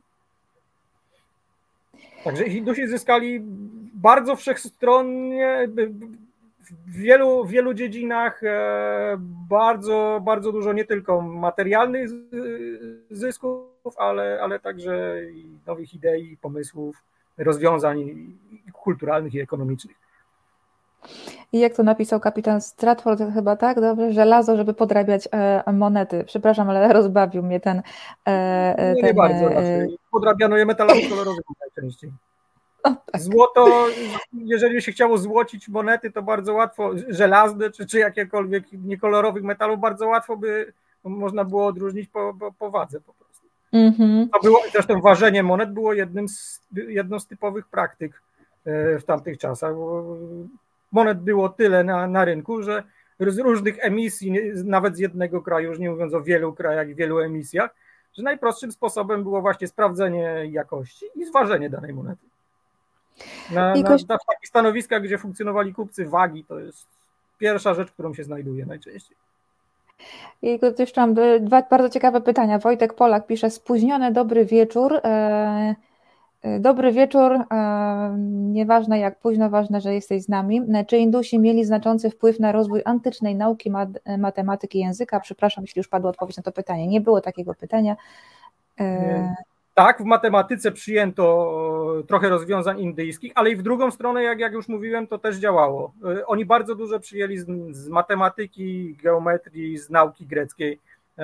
Także Hindusi zyskali bardzo wszechstronnie, w wielu, w wielu dziedzinach bardzo, bardzo dużo nie tylko materialnych zysków, ale, ale także i nowych idei, pomysłów, rozwiązań kulturalnych i ekonomicznych. I jak to napisał kapitan Stratford, chyba tak, dobrze, żelazo, żeby podrabiać e, monety. Przepraszam, ale rozbawił mnie ten... E, nie, ten, nie bardzo raczej. Podrabiano je metalami kolorowymi najczęściej. O, tak. Złoto, jeżeli się chciało złocić monety, to bardzo łatwo, żelazne czy, czy jakiekolwiek niekolorowych metalów, bardzo łatwo by można było odróżnić po, po, po wadze po prostu. Mm-hmm. To było, zresztą ważenie monet było jednym z, jedną z typowych praktyk w tamtych czasach. Monet było tyle na, na rynku, że z różnych emisji, nawet z jednego kraju, już nie mówiąc o wielu krajach i wielu emisjach, że najprostszym sposobem było właśnie sprawdzenie jakości i zważenie danej monety. Na, na, na takich stanowiskach, gdzie funkcjonowali kupcy wagi, to jest pierwsza rzecz, którą się znajduje najczęściej. I jeszcze mam dwa bardzo ciekawe pytania. Wojtek Polak pisze: spóźniony dobry wieczór. Dobry wieczór, nieważne jak późno, ważne, że jesteś z nami. Czy Indusi mieli znaczący wpływ na rozwój antycznej nauki, matematyki, języka? Przepraszam, jeśli już padła odpowiedź na to pytanie. Nie było takiego pytania. Nie. Tak, w matematyce przyjęto trochę rozwiązań indyjskich, ale i w drugą stronę, jak, jak już mówiłem, to też działało. Oni bardzo dużo przyjęli z, z matematyki, geometrii, z nauki greckiej.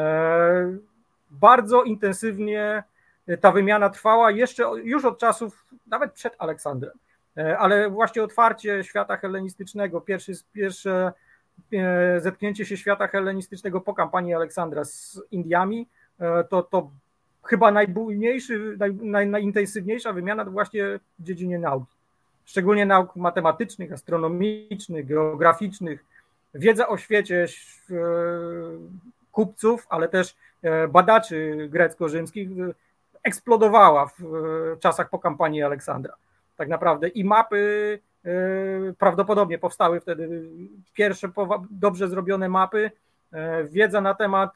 Bardzo intensywnie ta wymiana trwała jeszcze już od czasów, nawet przed Aleksandrem, ale właśnie otwarcie świata hellenistycznego, pierwszy, pierwsze zetknięcie się świata hellenistycznego po kampanii Aleksandra z Indiami, to, to chyba najbujniejszy, naj, naj, najintensywniejsza wymiana to właśnie w dziedzinie nauki. Szczególnie nauk matematycznych, astronomicznych, geograficznych. Wiedza o świecie kupców, ale też badaczy grecko-rzymskich eksplodowała w czasach po kampanii Aleksandra. Tak naprawdę i mapy prawdopodobnie powstały wtedy pierwsze dobrze zrobione mapy. Wiedza na temat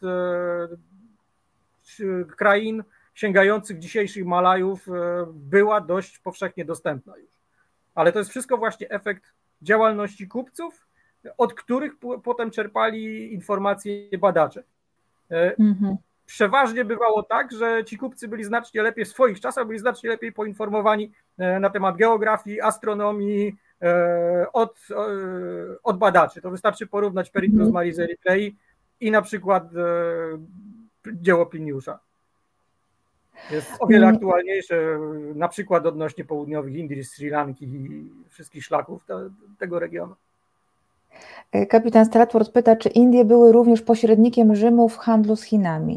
krain sięgających dzisiejszych Malajów była dość powszechnie dostępna już. Ale to jest wszystko właśnie efekt działalności kupców, od których potem czerpali informacje badacze. Mhm. Przeważnie bywało tak, że ci kupcy byli znacznie lepiej w swoich czasach, byli znacznie lepiej poinformowani na temat geografii, astronomii od, od badaczy. To wystarczy porównać Pericles Marii z Erytrei i na przykład dzieło Pliniusza. Jest o wiele aktualniejsze, na przykład odnośnie południowych Indii, Sri Lanki i wszystkich szlaków te, tego regionu. Kapitan Stratford pyta, czy Indie były również pośrednikiem Rzymu w handlu z Chinami?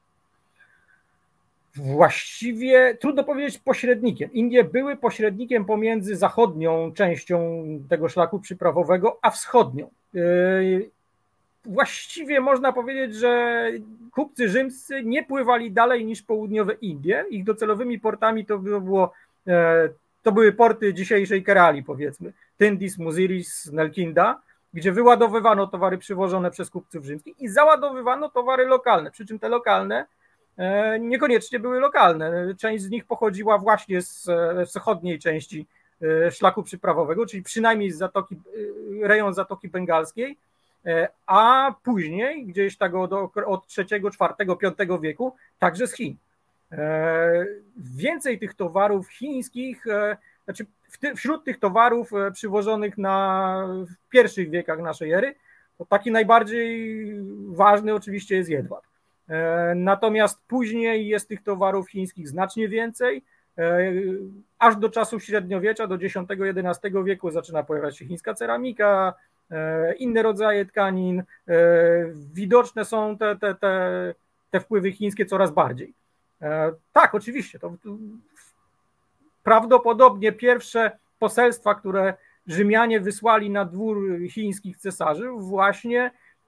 Właściwie trudno powiedzieć pośrednikiem. Indie były pośrednikiem pomiędzy zachodnią częścią tego szlaku przyprawowego, a wschodnią. Właściwie można powiedzieć, że kupcy rzymscy nie pływali dalej niż południowe Indie. Ich docelowymi portami to, było, to były porty dzisiejszej Kerali, powiedzmy. Tindis, Muziris, Nelkinda. gdzie wyładowywano towary przywożone przez kupców rzymskich i załadowywano towary lokalne, przy czym te lokalne niekoniecznie były lokalne. Część z nich pochodziła właśnie z wschodniej części szlaku przyprawowego, czyli przynajmniej z zatoki, rejon Zatoki Bengalskiej, a później gdzieś tak od, od trzeciego, czwartego, piątego wieku także z Chin. Więcej tych towarów chińskich, znaczy wśród tych towarów przywożonych na, w pierwszych wiekach naszej ery, to taki najbardziej ważny oczywiście jest jedwab. Natomiast później jest tych towarów chińskich znacznie więcej. Aż do czasów średniowiecza, do dziesiątego jedenastego wieku zaczyna pojawiać się chińska ceramika, inne rodzaje tkanin. Widoczne są te, te, te, te wpływy chińskie coraz bardziej. Tak, oczywiście. To prawdopodobnie pierwsze poselstwa, które Rzymianie wysłali na dwór chińskich cesarzy, właśnie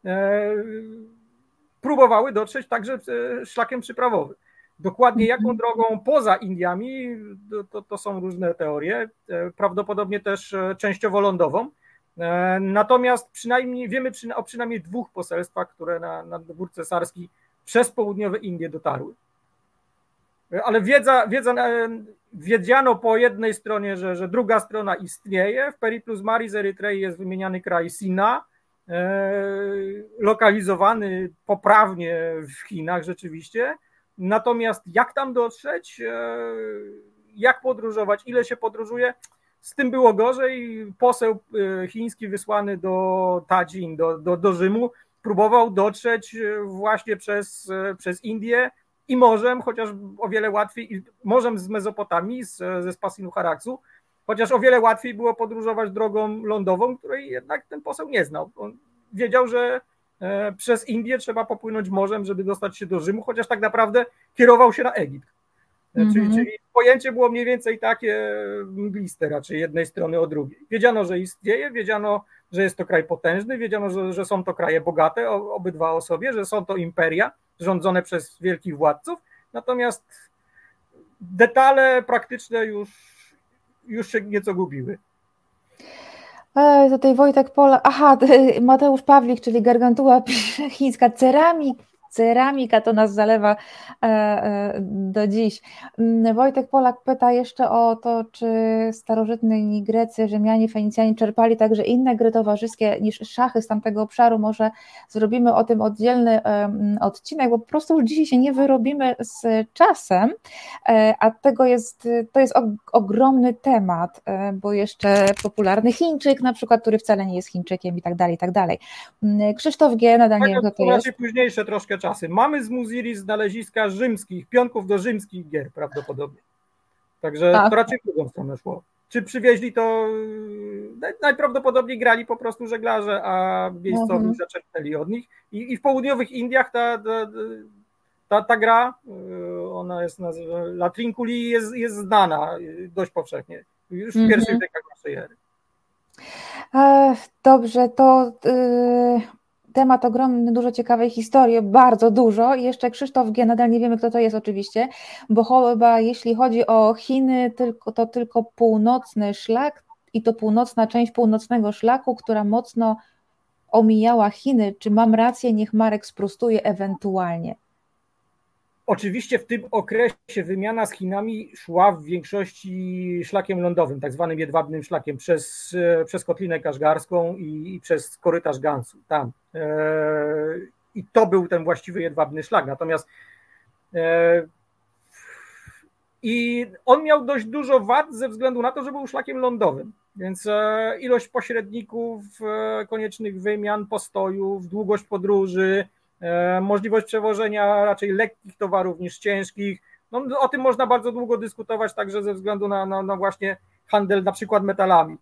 próbowały dotrzeć także szlakiem przyprawowym. Dokładnie jaką drogą poza Indiami, to, to są różne teorie, prawdopodobnie też częściowo lądową. Natomiast przynajmniej wiemy o przynajmniej dwóch poselstwach, które na, na dwór cesarski przez południowe Indie dotarły. Ale wiedza, wiedza, wiedziano po jednej stronie, że, że druga strona istnieje. W Periplus Mari z Erytrei jest wymieniany kraj Sina, lokalizowany poprawnie w Chinach rzeczywiście. Natomiast jak tam dotrzeć, jak podróżować, ile się podróżuje, z tym było gorzej. Poseł chiński wysłany do Tadzin, do, do, do Rzymu, próbował dotrzeć właśnie przez, przez Indię i morzem, chociaż o wiele łatwiej, morzem z Mezopotamii, z, ze Spasinu Haraksu, chociaż o wiele łatwiej było podróżować drogą lądową, której jednak ten poseł nie znał. On wiedział, że przez Indię trzeba popłynąć morzem, żeby dostać się do Rzymu, chociaż tak naprawdę kierował się na Egipt. Mm-hmm. Czyli, czyli pojęcie było mniej więcej takie mgliste raczej jednej strony o drugiej. Wiedziano, że istnieje, wiedziano, że jest to kraj potężny, wiedziano, że, że są to kraje bogate, obydwa o sobie, że są to imperia rządzone przez wielkich władców, natomiast detale praktyczne już, już się nieco gubiły. Tutaj Wojtek Pola, aha, Mateusz Pawlik, czyli Gargantua chińska, ceramik, ceramika to nas zalewa do dziś. Wojtek Polak pyta jeszcze o to, czy starożytni Grecy, Rzymianie, Fenicjanie czerpali także inne gry towarzyskie niż szachy z tamtego obszaru. Może zrobimy o tym oddzielny odcinek, bo po prostu już dzisiaj się nie wyrobimy z czasem, a tego jest, to jest ogromny temat, bo jeszcze popularny Chińczyk na przykład, który wcale nie jest Chińczykiem i tak dalej, i tak dalej. Krzysztof G. nadal nie wiem, kto to jest. Raczej późniejsze troszkę czasy. Mamy z Muziris znaleziska rzymskich, pionków do rzymskich gier prawdopodobnie. Także tak. To raczej w drugą stronę szło. Czy przywieźli to, najprawdopodobniej grali po prostu żeglarze, a miejscowi mhm. zaczerpnęli od nich. I, i w południowych Indiach ta, ta, ta, ta gra, ona jest nazywana, La Trinculi jest, jest znana dość powszechnie, już w mhm. pierwszych wiekach naszej ery. Dobrze, to... Yy... Temat ogromny, dużo ciekawej historii, bardzo dużo i jeszcze Krzysztof G. nadal nie wiemy, kto to jest oczywiście, bo chyba jeśli chodzi o Chiny, tylko, to tylko północny szlak i to północna część północnego szlaku, która mocno omijała Chiny. Czy mam rację? Niech Marek sprostuje ewentualnie. Oczywiście w tym okresie wymiana z Chinami szła w większości szlakiem lądowym, tak zwanym jedwabnym szlakiem, przez, przez Kotlinę Kaszgarską i, i przez korytarz Gansu, tam. I to był ten właściwy jedwabny szlak. Natomiast i on miał dość dużo wad ze względu na to, że był szlakiem lądowym, więc ilość pośredników, koniecznych wymian, postojów, długość podróży, możliwość przewożenia raczej lekkich towarów niż ciężkich. No, o tym można bardzo długo dyskutować, także ze względu na, na, na właśnie handel na przykład metalami.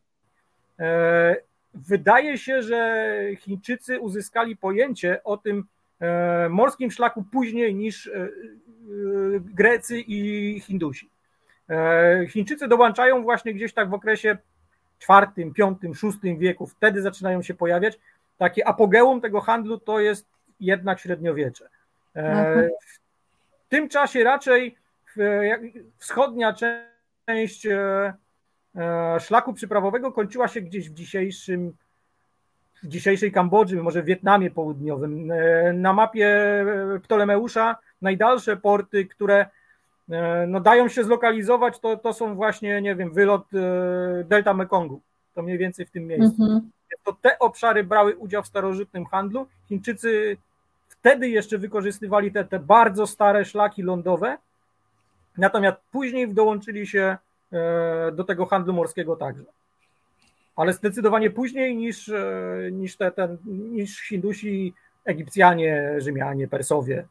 Wydaje się, że Chińczycy uzyskali pojęcie o tym morskim szlaku później niż Grecy i Hindusi. Chińczycy dołączają właśnie gdzieś tak w okresie czwartym, piątym, szóstym wieku. Wtedy zaczynają się pojawiać. Takie apogeum tego handlu to jest jednak średniowiecze. W tym czasie raczej wschodnia część szlaku przyprawowego kończyła się gdzieś w dzisiejszym w dzisiejszej Kambodży, może w Wietnamie Południowym. Na mapie Ptolemeusza najdalsze porty, które no, dają się zlokalizować, to, to są właśnie, nie wiem, wylot Delta Mekongu. To mniej więcej w tym miejscu. Mm-hmm. To te obszary brały udział w starożytnym handlu. Chińczycy wtedy jeszcze wykorzystywali te, te bardzo stare szlaki lądowe, natomiast później dołączyli się do tego handlu morskiego także. Ale zdecydowanie później niż, niż, te, ten, niż Hindusi, Egipcjanie, Rzymianie, Persowie.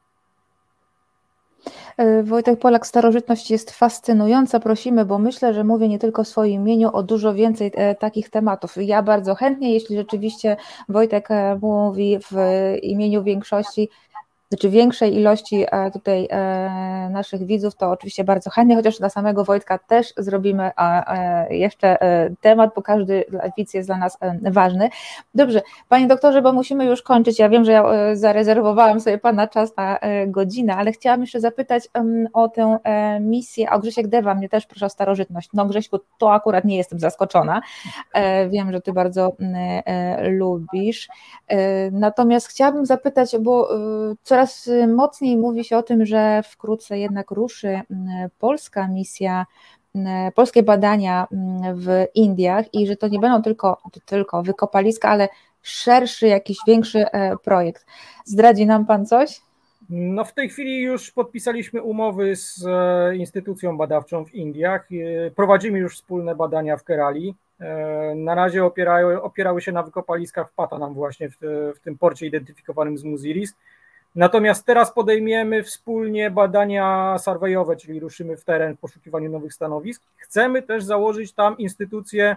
Wojtek Polak, starożytność jest fascynująca, prosimy, bo myślę, że mówię nie tylko w swoim imieniu, o dużo więcej e, takich tematów. Ja bardzo chętnie, jeśli rzeczywiście Wojtek e, mówi w imieniu większości, czy większej ilości tutaj naszych widzów, to oczywiście bardzo chętnie, chociaż dla samego Wojtka też zrobimy jeszcze temat, bo każdy widz jest dla nas ważny. Dobrze, panie doktorze, bo musimy już kończyć. Ja wiem, że ja zarezerwowałam sobie pana czas na godzinę, ale chciałam jeszcze zapytać o tę misję, o Grzesiek Dewa, mnie też proszę o starożytność. No Grześku, to akurat nie jestem zaskoczona. Wiem, że ty bardzo lubisz. Natomiast chciałabym zapytać, bo coraz mocniej mówi się o tym, że wkrótce jednak ruszy polska misja, polskie badania w Indiach i że to nie będą tylko, tylko wykopaliska, ale szerszy, jakiś większy projekt. Zdradzi nam pan coś? No w tej chwili już podpisaliśmy umowy z instytucją badawczą w Indiach. Prowadzimy już wspólne badania w Kerali. Na razie opierały, opierały się na wykopaliskach w Patanam właśnie, w, w tym porcie identyfikowanym z Muziris. Natomiast teraz podejmiemy wspólnie badania surveyowe, czyli ruszymy w teren w poszukiwaniu nowych stanowisk. Chcemy też założyć tam instytucję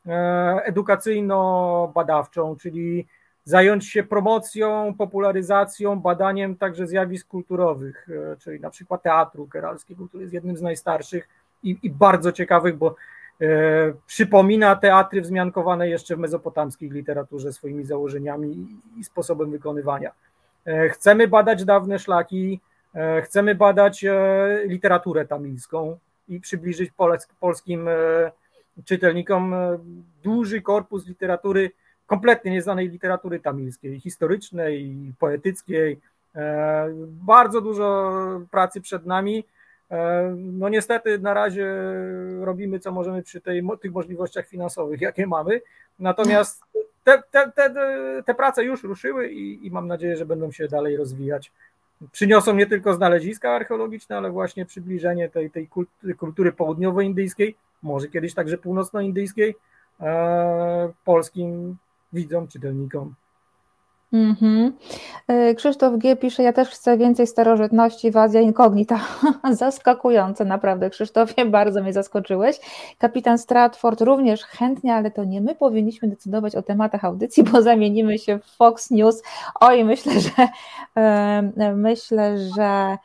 edukacyjno-badawczą, czyli zająć się promocją, popularyzacją, badaniem także zjawisk kulturowych, czyli na przykład teatru keralskiego, który jest jednym z najstarszych i, i bardzo ciekawych, bo e, przypomina teatry wzmiankowane jeszcze w mezopotamskiej literaturze swoimi założeniami i, i sposobem wykonywania. Chcemy badać dawne szlaki, chcemy badać literaturę tamilską i przybliżyć polskim czytelnikom duży korpus literatury, kompletnie nieznanej literatury tamilskiej, historycznej, poetyckiej. Bardzo dużo pracy przed nami. No niestety na razie robimy co możemy przy tej, tych możliwościach finansowych, jakie mamy, natomiast Te, te, te, te prace już ruszyły i, i mam nadzieję, że będą się dalej rozwijać. Przyniosą nie tylko znaleziska archeologiczne, ale właśnie przybliżenie tej, tej kultury południowoindyjskiej, może kiedyś także północnoindyjskiej, e, polskim widzom, czytelnikom. Mm-hmm. Krzysztof G. pisze, ja też chcę więcej starożytności w Azja Incognita. Zaskakujące naprawdę, Krzysztofie, bardzo mnie zaskoczyłeś. Kapitan Stratford również chętnie, ale to nie my powinniśmy decydować o tematach audycji, bo zamienimy się w Fox News. Oj, myślę, że yy, myślę, że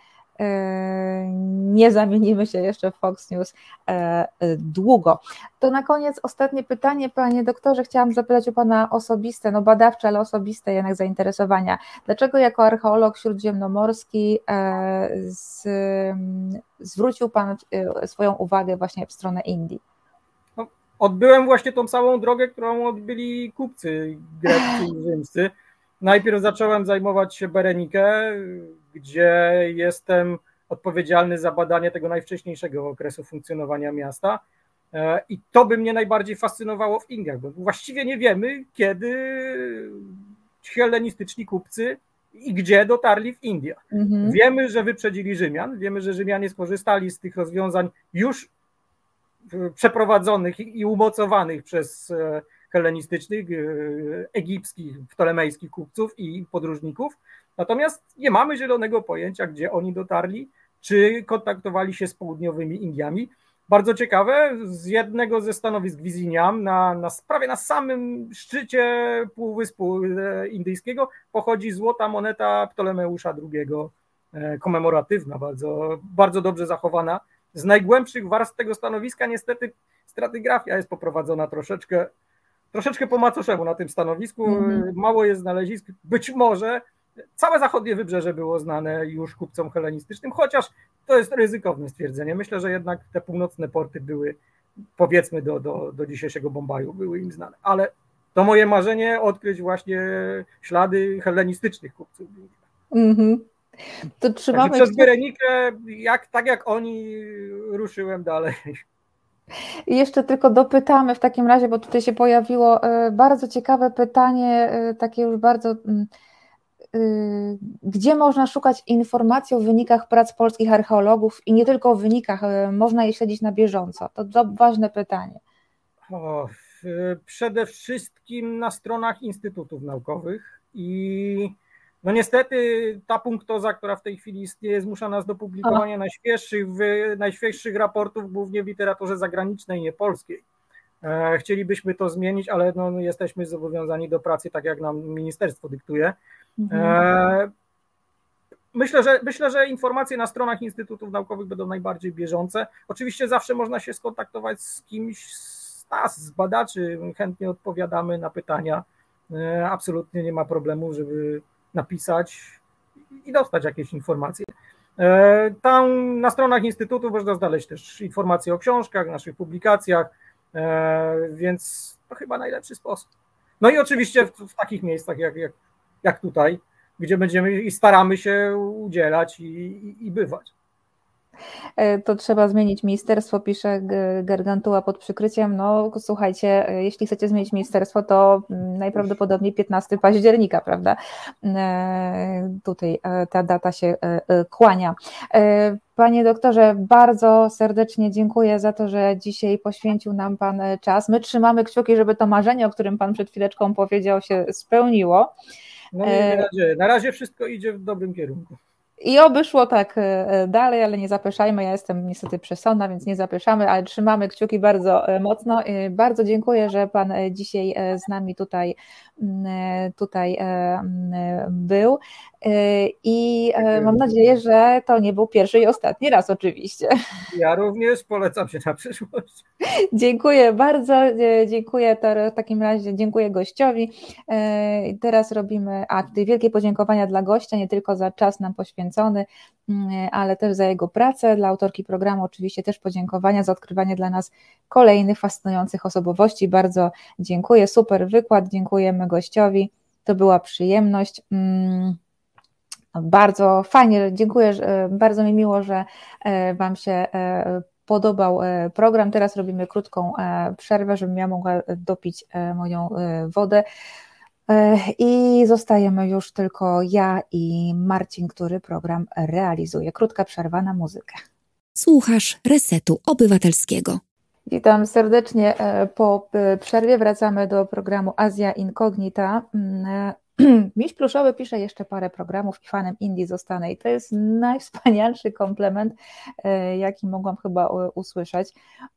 nie zamienimy się jeszcze w Fox News długo. To na koniec ostatnie pytanie, panie doktorze, chciałam zapytać o pana osobiste, no badawcze, ale osobiste jednak zainteresowania. Dlaczego jako archeolog śródziemnomorski z, zwrócił pan swoją uwagę właśnie w stronę Indii? No, odbyłem właśnie tą samą drogę, którą odbyli kupcy greccy i rzymscy. Najpierw zacząłem zajmować się Berenikę, gdzie jestem odpowiedzialny za badanie tego najwcześniejszego okresu funkcjonowania miasta. I to by mnie najbardziej fascynowało w Indiach, bo właściwie nie wiemy, kiedy hellenistyczni kupcy i gdzie dotarli w Indiach. Mhm. Wiemy, że wyprzedzili Rzymian, wiemy, że Rzymianie skorzystali z tych rozwiązań już przeprowadzonych i umocowanych przez hellenistycznych, egipskich, ptolemejskich kupców i podróżników. Natomiast nie mamy zielonego pojęcia, gdzie oni dotarli, czy kontaktowali się z południowymi Indiami. Bardzo ciekawe, z jednego ze stanowisk Wiziniam, na, na, prawie na samym szczycie Półwyspu Indyjskiego, pochodzi złota moneta Ptolemeusza drugiego, komemoratywna, bardzo, bardzo dobrze zachowana. Z najgłębszych warstw tego stanowiska niestety stratygrafia jest poprowadzona troszeczkę, troszeczkę po macoszemu na tym stanowisku. Mm-hmm. Mało jest znalezisk, być może całe zachodnie wybrzeże było znane już kupcom hellenistycznym, chociaż to jest ryzykowne stwierdzenie. Myślę, że jednak te północne porty były, powiedzmy do, do, do dzisiejszego Bombaju, były im znane, ale to moje marzenie odkryć właśnie ślady hellenistycznych kupców. Mm-hmm. To trzymamy Także przez Berenikę, jak, tak jak oni, ruszyłem dalej. I jeszcze tylko dopytamy w takim razie, bo tutaj się pojawiło bardzo ciekawe pytanie, takie już bardzo, gdzie można szukać informacji o wynikach prac polskich archeologów i nie tylko o wynikach, można je śledzić na bieżąco? To, to ważne pytanie. O, przede wszystkim na stronach instytutów naukowych i no niestety ta punktoza, która w tej chwili istnieje, zmusza nas do publikowania najświeższych, najświeższych raportów, głównie w literaturze zagranicznej, nie polskiej. Chcielibyśmy to zmienić, ale no, jesteśmy zobowiązani do pracy, tak jak nam ministerstwo dyktuje. Mhm. Myślę, że, myślę, że informacje na stronach instytutów naukowych będą najbardziej bieżące. Oczywiście zawsze można się skontaktować z kimś z nas, z badaczy, chętnie odpowiadamy na pytania. Absolutnie nie ma problemu, żeby napisać i dostać jakieś informacje. Tam na stronach instytutu można znaleźć też informacje o książkach, naszych publikacjach, więc to chyba najlepszy sposób. No i oczywiście w, w takich miejscach jak, jak, jak tutaj, gdzie będziemy i staramy się udzielać i, i, i bywać. To trzeba zmienić ministerstwo, pisze Gargantua pod przykryciem. No słuchajcie, jeśli chcecie zmienić ministerstwo, to najprawdopodobniej piętnastego października, prawda? Tutaj ta data się kłania. Panie doktorze, bardzo serdecznie dziękuję za to, że dzisiaj poświęcił nam Pan czas. My trzymamy kciuki, żeby to marzenie, o którym Pan przed chwileczką powiedział, się spełniło. No miejmy nadzieję. Na razie wszystko idzie w dobrym kierunku. I oby szło tak dalej, ale nie zapyszajmy. Ja jestem niestety przesądna, więc nie zapyszamy, ale trzymamy kciuki bardzo mocno. Bardzo dziękuję, że Pan dzisiaj z nami tutaj, tutaj był i mam nadzieję, że to nie był pierwszy i ostatni raz oczywiście. Ja również polecam się na przyszłość. Dziękuję bardzo, dziękuję w takim razie, dziękuję gościowi. Teraz robimy, a tutaj wielkie podziękowania dla gościa, nie tylko za czas nam poświęcony, ale też za jego pracę. Dla autorki programu oczywiście też podziękowania za odkrywanie dla nas kolejnych fascynujących osobowości. Bardzo dziękuję, super wykład, dziękujemy gościowi, to była przyjemność. Bardzo fajnie, dziękuję, bardzo mi miło, że Wam się podobał program. Teraz robimy krótką przerwę, żebym ja mogła dopić moją wodę i zostajemy już tylko ja i Marcin, który program realizuje. Krótka przerwa na muzykę. Słuchasz Resetu Obywatelskiego. Witam serdecznie po przerwie. Wracamy do programu Azja Incognita. Miś Pluszowy pisze jeszcze parę programów i fanem Indii zostanę i to jest najwspanialszy komplement, jaki mogłam chyba usłyszeć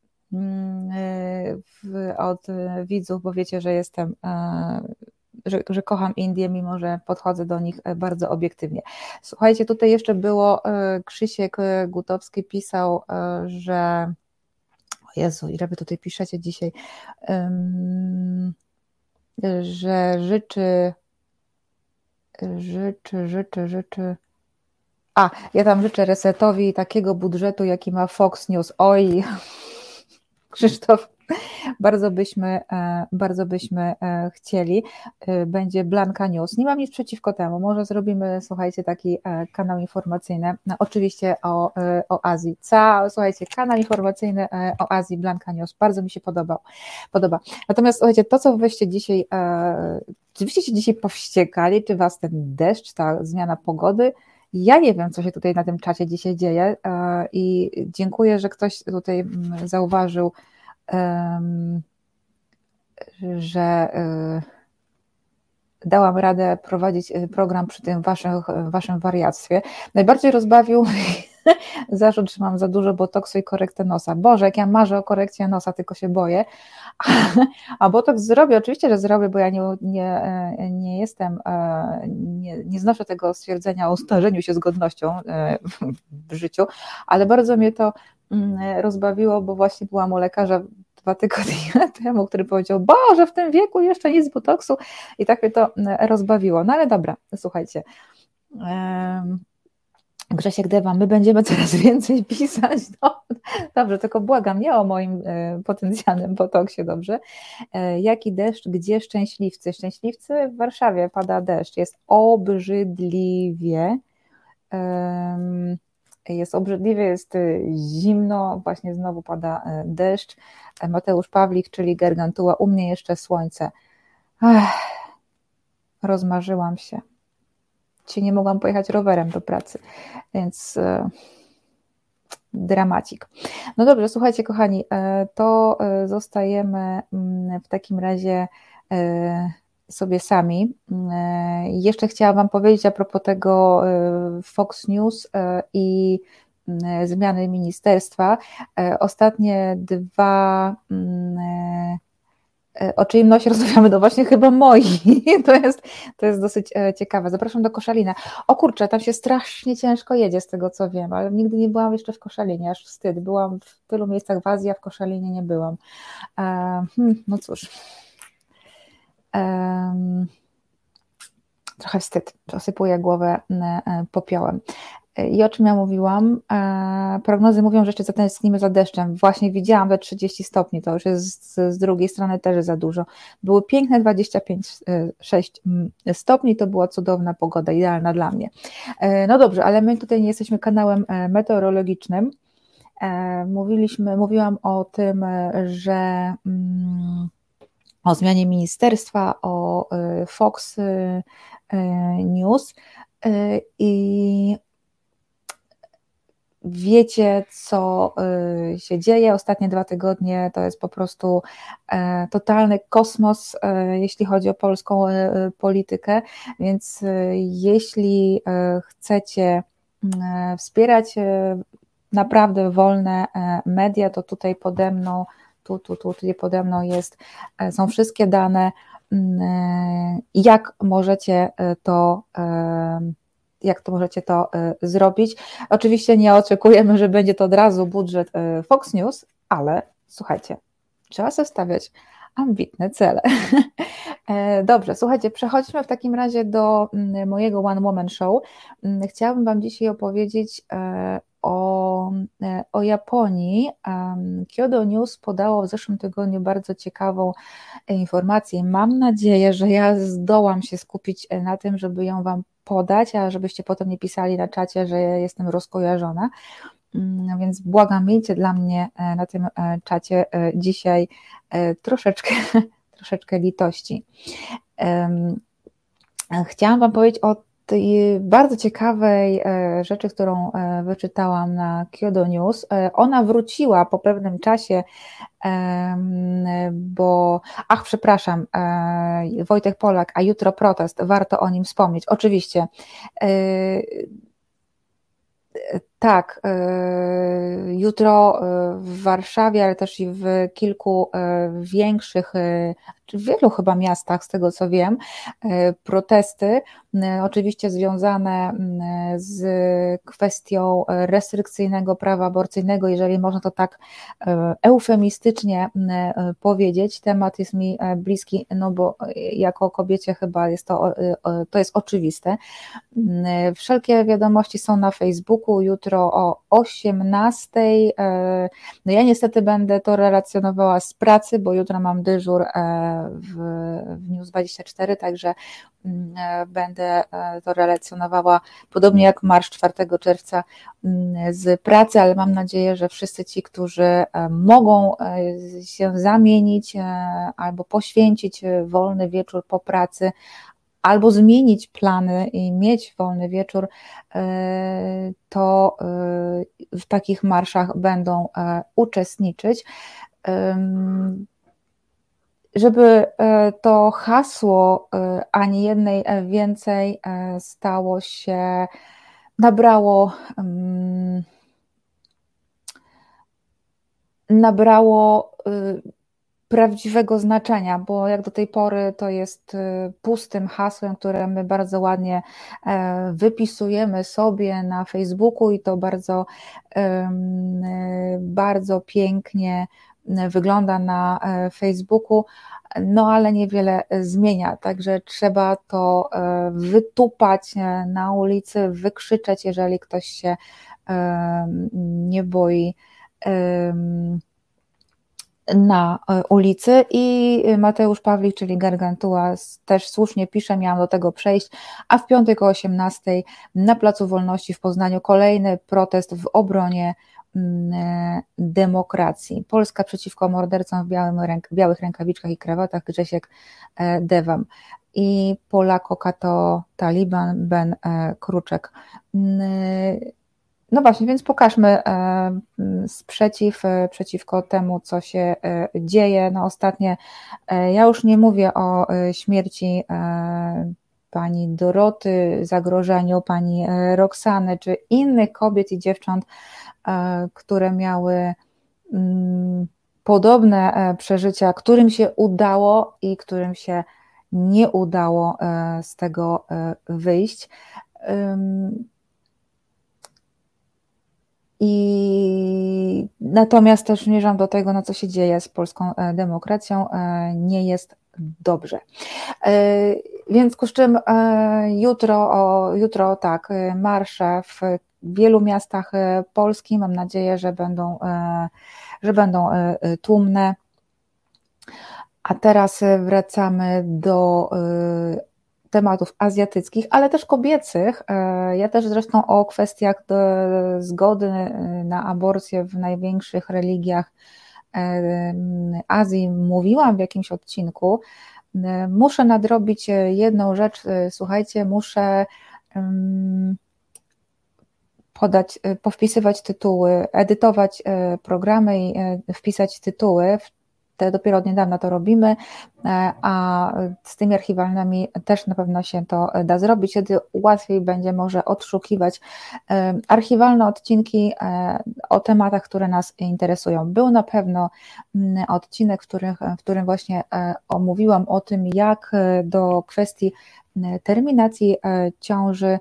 od widzów, bo wiecie, że jestem, że, że kocham Indię, mimo że podchodzę do nich bardzo obiektywnie. Słuchajcie, tutaj jeszcze było, Krzysiek Gutowski pisał, że o Jezu, ile wy tutaj piszecie dzisiaj, że życzy Życzy, życzy, życzy. A, ja tam życzę Resetowi takiego budżetu, jaki ma Fox News. Oj, Krzysztof, bardzo byśmy, bardzo byśmy chcieli. Będzie Blanka News. Nie mam nic przeciwko temu. Może zrobimy, słuchajcie, taki kanał informacyjny, no, oczywiście o, o Azji. Ca, słuchajcie, kanał informacyjny o Azji, Blanka News. Bardzo mi się podobał, podoba. Natomiast słuchajcie, to, co wyście dzisiaj, czy wyście się dzisiaj powściekali, czy was ten deszcz, ta zmiana pogody? Ja nie wiem, co się tutaj na tym czacie dzisiaj dzieje i dziękuję, że ktoś tutaj zauważył, że dałam radę prowadzić program przy tym waszym, waszym wariactwie. Najbardziej rozbawił zarzut, że mam za dużo botoksu i korektę nosa. Boże, jak ja marzę o korekcie nosa, tylko się boję. A botoks zrobię, oczywiście, że zrobię, bo ja nie, nie, nie jestem, nie, nie znoszę tego stwierdzenia o starzeniu się z godnością w życiu, ale bardzo mnie to rozbawiło, bo właśnie byłam u lekarza dwa tygodnie temu, który powiedział, Boże, w tym wieku jeszcze nic z botoksu i tak mnie to rozbawiło. No ale dobra, słuchajcie. Grzesiek Dewa, my będziemy coraz więcej pisać. No, dobrze, tylko błagam, nie o moim potencjalnym botoksie, dobrze? Jaki deszcz, gdzie szczęśliwcy? Szczęśliwcy w Warszawie pada deszcz, jest obrzydliwie. Jest obrzydliwie, jest zimno, właśnie znowu pada deszcz. Mateusz Pawlik, czyli Gargantua, u mnie jeszcze słońce. Ach, rozmarzyłam się. Dzisiaj nie mogłam pojechać rowerem do pracy, więc e, dramacik. No dobrze, słuchajcie kochani, e, to e, zostajemy m, w takim razie e, sobie sami. E, jeszcze chciałam Wam powiedzieć a propos tego e, Fox News e, i e, zmiany ministerstwa. E, ostatnie dwa e, o czyim nosie rozmawiamy, no właśnie chyba moi, to jest, to jest dosyć ciekawe. Zapraszam do Koszalina. O kurczę, tam się strasznie ciężko jedzie z tego co wiem, ale nigdy nie byłam jeszcze w Koszalinie, aż wstyd, byłam w tylu miejscach w Azji, a w Koszalinie nie byłam. Hmm, no cóż, um, trochę wstyd, zasypuję głowę popiołem. I o czym ja mówiłam? Prognozy mówią, że jeszcze zatęsknimy za deszczem. Właśnie widziałam we trzydzieści stopni, to już jest z, z drugiej strony też za dużo. Były piękne dwadzieścia pięć sześć stopni, to była cudowna pogoda, idealna dla mnie. No dobrze, ale my tutaj nie jesteśmy kanałem meteorologicznym. Mówiliśmy, mówiłam o tym, że o zmianie ministerstwa, o Fox News i wiecie, co się dzieje. Ostatnie dwa tygodnie to jest po prostu totalny kosmos, jeśli chodzi o polską politykę, więc jeśli chcecie wspierać naprawdę wolne media, to tutaj pode mną, tu, tu, tu, tutaj pode mną jest, są wszystkie dane, jak możecie to jak to możecie to zrobić. Oczywiście nie oczekujemy, że będzie to od razu budżet Fox News, ale słuchajcie, trzeba sobie stawiać ambitne cele. Dobrze, słuchajcie, przechodźmy w takim razie do mojego One Woman Show. Chciałabym Wam dzisiaj opowiedzieć o, o Japonii. Kyodo News podało w zeszłym tygodniu bardzo ciekawą informację. Mam nadzieję, że ja zdołam się skupić na tym, żeby ją Wam podać, a żebyście potem nie pisali na czacie, że jestem rozkojarzona. Więc błagam, miejcie dla mnie na tym czacie dzisiaj troszeczkę, troszeczkę litości. Chciałam Wam powiedzieć o tej bardzo ciekawej rzeczy, którą wyczytałam na Kyodo News. Ona wróciła po pewnym czasie, bo, ach przepraszam, Wojtek Polak, a jutro protest, warto o nim wspomnieć. Oczywiście, tak, jutro w Warszawie, ale też i w kilku większych, w wielu chyba miastach, z tego co wiem, protesty, oczywiście związane z kwestią restrykcyjnego prawa aborcyjnego, jeżeli można to tak eufemistycznie powiedzieć. Temat jest mi bliski, no bo jako kobiecie chyba jest to, to jest oczywiste. Wszelkie wiadomości są na Facebooku, jutro o osiemnastej. No ja niestety będę to relacjonowała z pracy, bo jutro mam dyżur w, w News dwadzieścia cztery, także będę to relacjonowała podobnie jak marsz czwartego czerwca z pracy, ale mam nadzieję, że wszyscy ci, którzy mogą się zamienić albo poświęcić wolny wieczór po pracy, albo zmienić plany i mieć wolny wieczór, to w takich marszach będą uczestniczyć. Żeby to hasło ani jednej więcej stało się, nabrało, nabrało prawdziwego znaczenia, bo jak do tej pory to jest pustym hasłem, które my bardzo ładnie wypisujemy sobie na Facebooku i to bardzo, bardzo pięknie wygląda na Facebooku, no ale niewiele zmienia, także trzeba to wytupać na ulicy, wykrzyczeć, jeżeli ktoś się nie boi na ulicy. I Mateusz Pawlik, czyli Gargantua, też słusznie pisze, miałam do tego przejść, a w piątek o osiemnastej na Placu Wolności w Poznaniu kolejny protest w obronie demokracji. Polska przeciwko mordercom w białym ręk- białych rękawiczkach i krawatach, Grzesiek Dewam. I Polako Kato Taliban, Ben Kruczek. No właśnie, więc pokażmy sprzeciw przeciwko temu, co się dzieje. No ostatnie, ja już nie mówię o śmierci pani Doroty, zagrożeniu pani Roxany, czy innych kobiet i dziewcząt, które miały podobne przeżycia, którym się udało i którym się nie udało z tego wyjść. I natomiast też zmierzam do tego, no co się dzieje z polską demokracją, nie jest dobrze. Więc ku czym jutro, o, jutro tak, marsze w wielu miastach Polski, mam nadzieję, że będą, że będą tłumne. A teraz wracamy do tematów azjatyckich, ale też kobiecych. Ja też zresztą o kwestiach zgody na aborcję w największych religiach Azji mówiłam w jakimś odcinku. Muszę nadrobić jedną rzecz, słuchajcie, muszę podać, powpisywać tytuły, edytować programy i wpisać tytuły. Te dopiero od niedawna to robimy, a z tymi archiwalnymi też na pewno się to da zrobić, wtedy łatwiej będzie może odszukiwać archiwalne odcinki o tematach, które nas interesują. Był na pewno odcinek, w którym, w którym właśnie omówiłam o tym, jak do kwestii terminacji ciąży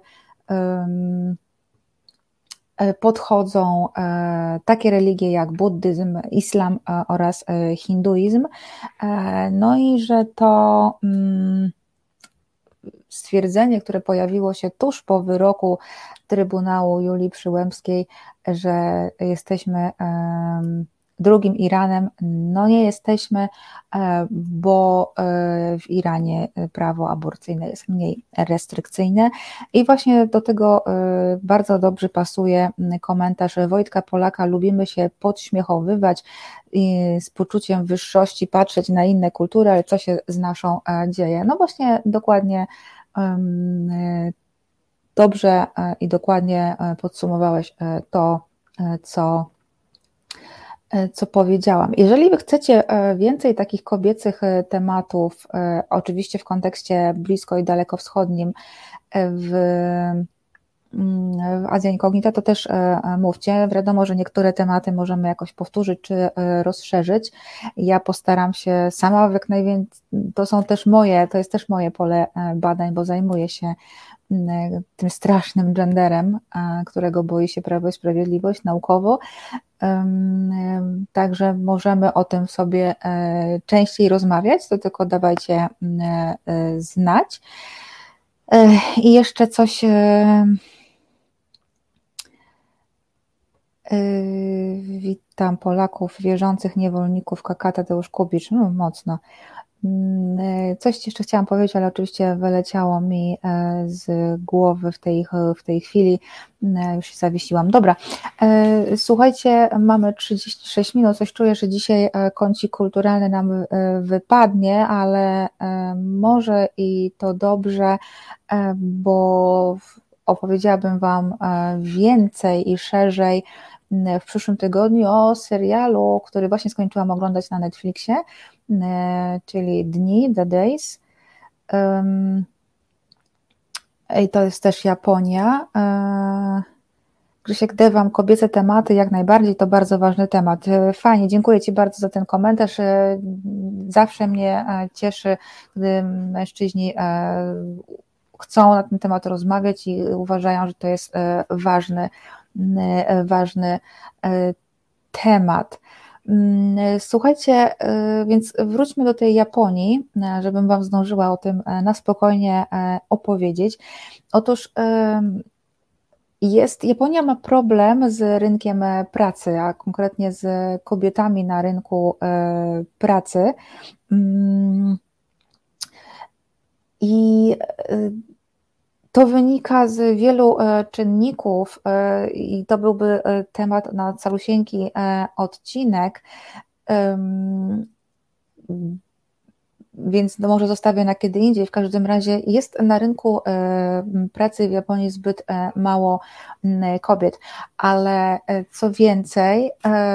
podchodzą takie religie jak buddyzm, islam oraz hinduizm. No i że to stwierdzenie, które pojawiło się tuż po wyroku Trybunału Julii Przyłębskiej, że jesteśmy drugim Iranem, no nie jesteśmy, bo w Iranie prawo aborcyjne jest mniej restrykcyjne i właśnie do tego bardzo dobrze pasuje komentarz Wojtka Polaka: lubimy się podśmiechowywać i z poczuciem wyższości patrzeć na inne kultury, ale co się z naszą dzieje? No właśnie dokładnie dobrze i dokładnie podsumowałeś to, co co powiedziałam. Jeżeli wy chcecie więcej takich kobiecych tematów, oczywiście w kontekście blisko i dalekowschodnim, w, w Azja Incognita, to też mówcie. Wiadomo, że niektóre tematy możemy jakoś powtórzyć czy rozszerzyć. Ja postaram się sama jak najwięcej, to są też moje, to jest też moje pole badań, bo zajmuję się tym strasznym genderem, którego boi się Prawo i Sprawiedliwość naukowo. Także możemy o tym sobie częściej rozmawiać, to tylko dawajcie znać. I jeszcze coś. Witam Polaków, wierzących niewolników K K, Tadeusz Kubicz, no mocno. Coś jeszcze chciałam powiedzieć, ale oczywiście wyleciało mi z głowy w tej, w tej chwili, już się zawiesiłam. Dobra, słuchajcie, mamy trzydzieści sześć minut, coś czuję, że dzisiaj kącik kulturalny nam wypadnie, ale może i to dobrze, bo opowiedziałabym Wam więcej i szerzej w przyszłym tygodniu o serialu, który właśnie skończyłam oglądać na Netflixie, czyli Dni, The Days. I to jest też Japonia. Grzesiek Dewam, kobiece tematy, jak najbardziej, to bardzo ważny temat. Fajnie, dziękuję Ci bardzo za ten komentarz. Zawsze mnie cieszy, gdy mężczyźni chcą na ten temat rozmawiać i uważają, że to jest ważny, ważny temat. Słuchajcie, więc wróćmy do tej Japonii, żebym Wam zdążyła o tym na spokojnie opowiedzieć. Otóż jest, Japonia ma problem z rynkiem pracy, a konkretnie z kobietami na rynku pracy. I to wynika z wielu czynników i to byłby temat na calusieńki odcinek, więc no może zostawię na kiedy indziej. W każdym razie jest na rynku pracy w Japonii zbyt mało kobiet, ale co więcej,